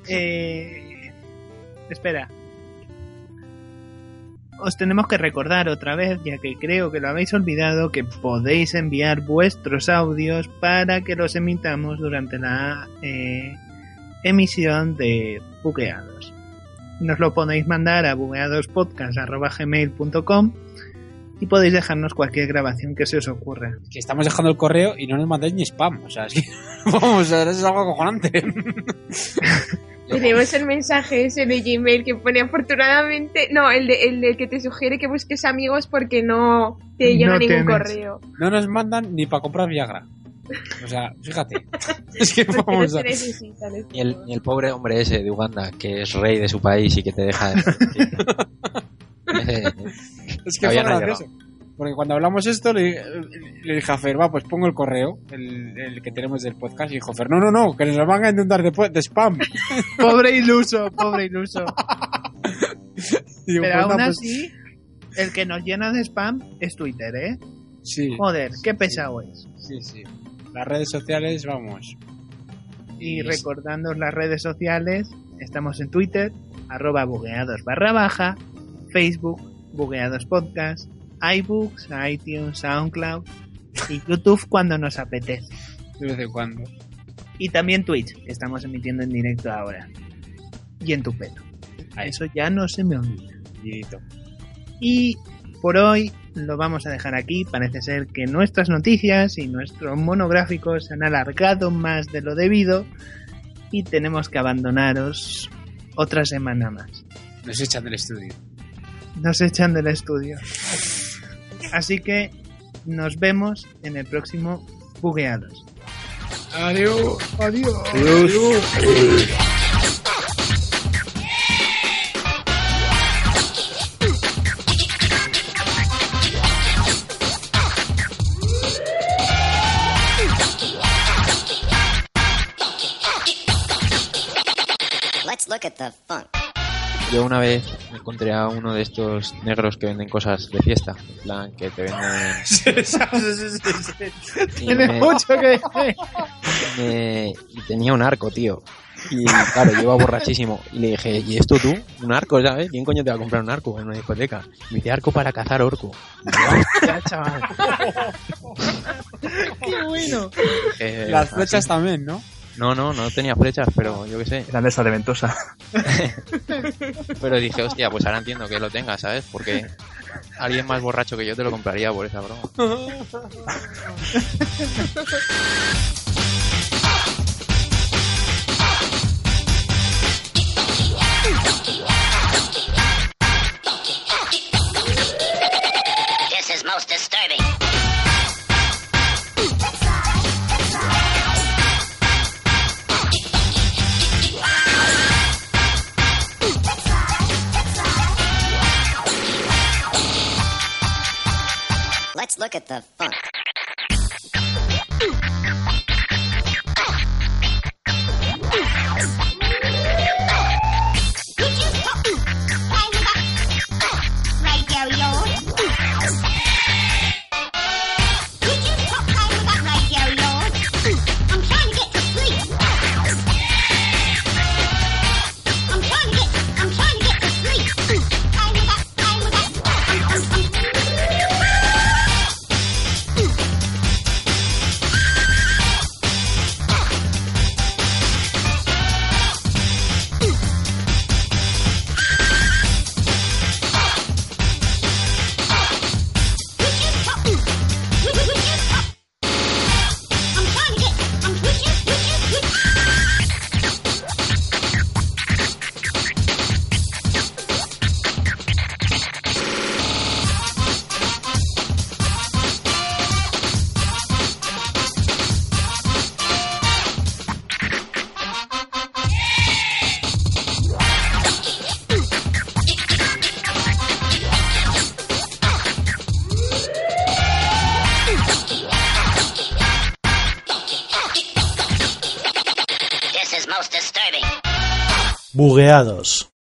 Espera. Os tenemos que recordar otra vez, ya que creo que lo habéis olvidado, que podéis enviar vuestros audios para que los emitamos durante la emisión de Bugueados. Nos lo podéis mandar a bugueadospodcast@gmail.com y podéis dejarnos cualquier grabación que se os ocurra. Que estamos dejando el correo y no nos mandáis ni spam. O sea, es que, vamos a ver, eso es algo acojonante. Tenemos el mensaje ese de Gmail que pone afortunadamente... No, el de que te sugiere que busques amigos porque no te llega No ningún tienes. correo. No nos mandan ni para comprar Viagra. O sea, fíjate. Es que Porque no vamos se a... necesitan. es Ni el todo. pobre hombre ese de Uganda, que es rey de su país y que te deja... Es que fue gracioso. Porque cuando hablamos esto, le dije a Fer, va, pues pongo el correo, el que tenemos del podcast, y dijo Fer, no, que nos lo van a intentar de spam. Pobre iluso. Digo, pero pues aún así, el que nos llena de spam es Twitter, ¿eh? Sí. Joder, qué pesado es. Sí. Las redes sociales, vamos. Y recordando las redes sociales, estamos en Twitter, @bugueados_, Facebook, Bugueados Podcast, iBooks, iTunes, SoundCloud y YouTube cuando nos apetece. De vez en cuando. Y también Twitch, que estamos emitiendo en directo ahora. Y en tu pelo. Eso ya no se me olvida. Y por hoy lo vamos a dejar aquí. Parece ser que nuestras noticias y nuestros monográficos se han alargado más de lo debido y tenemos que abandonaros otra semana más. Nos echan del estudio. Así que nos vemos en el próximo Bugueados. Adiós. Let's look at the funk. Yo una vez me encontré a uno de estos negros que venden cosas de fiesta, en plan que te venden... Tiene mucho que decir. Y tenía un arco, tío. Y claro, yo iba borrachísimo. Y le dije, ¿y esto tú? ¿Un arco, sabes? ¿Quién coño te va a comprar un arco en una discoteca? Me dice, arco para cazar orco. Y yo, ya, chaval. ¡Qué bueno! Las flechas también, ¿no? No tenía flechas, pero yo qué sé. Era de esa de ventosa. Pero dije, hostia, pues ahora entiendo que lo tengas, ¿sabes? Porque alguien más borracho que yo te lo compraría por esa broma. This is most disturbing. Let's look at the funk. Bugueados.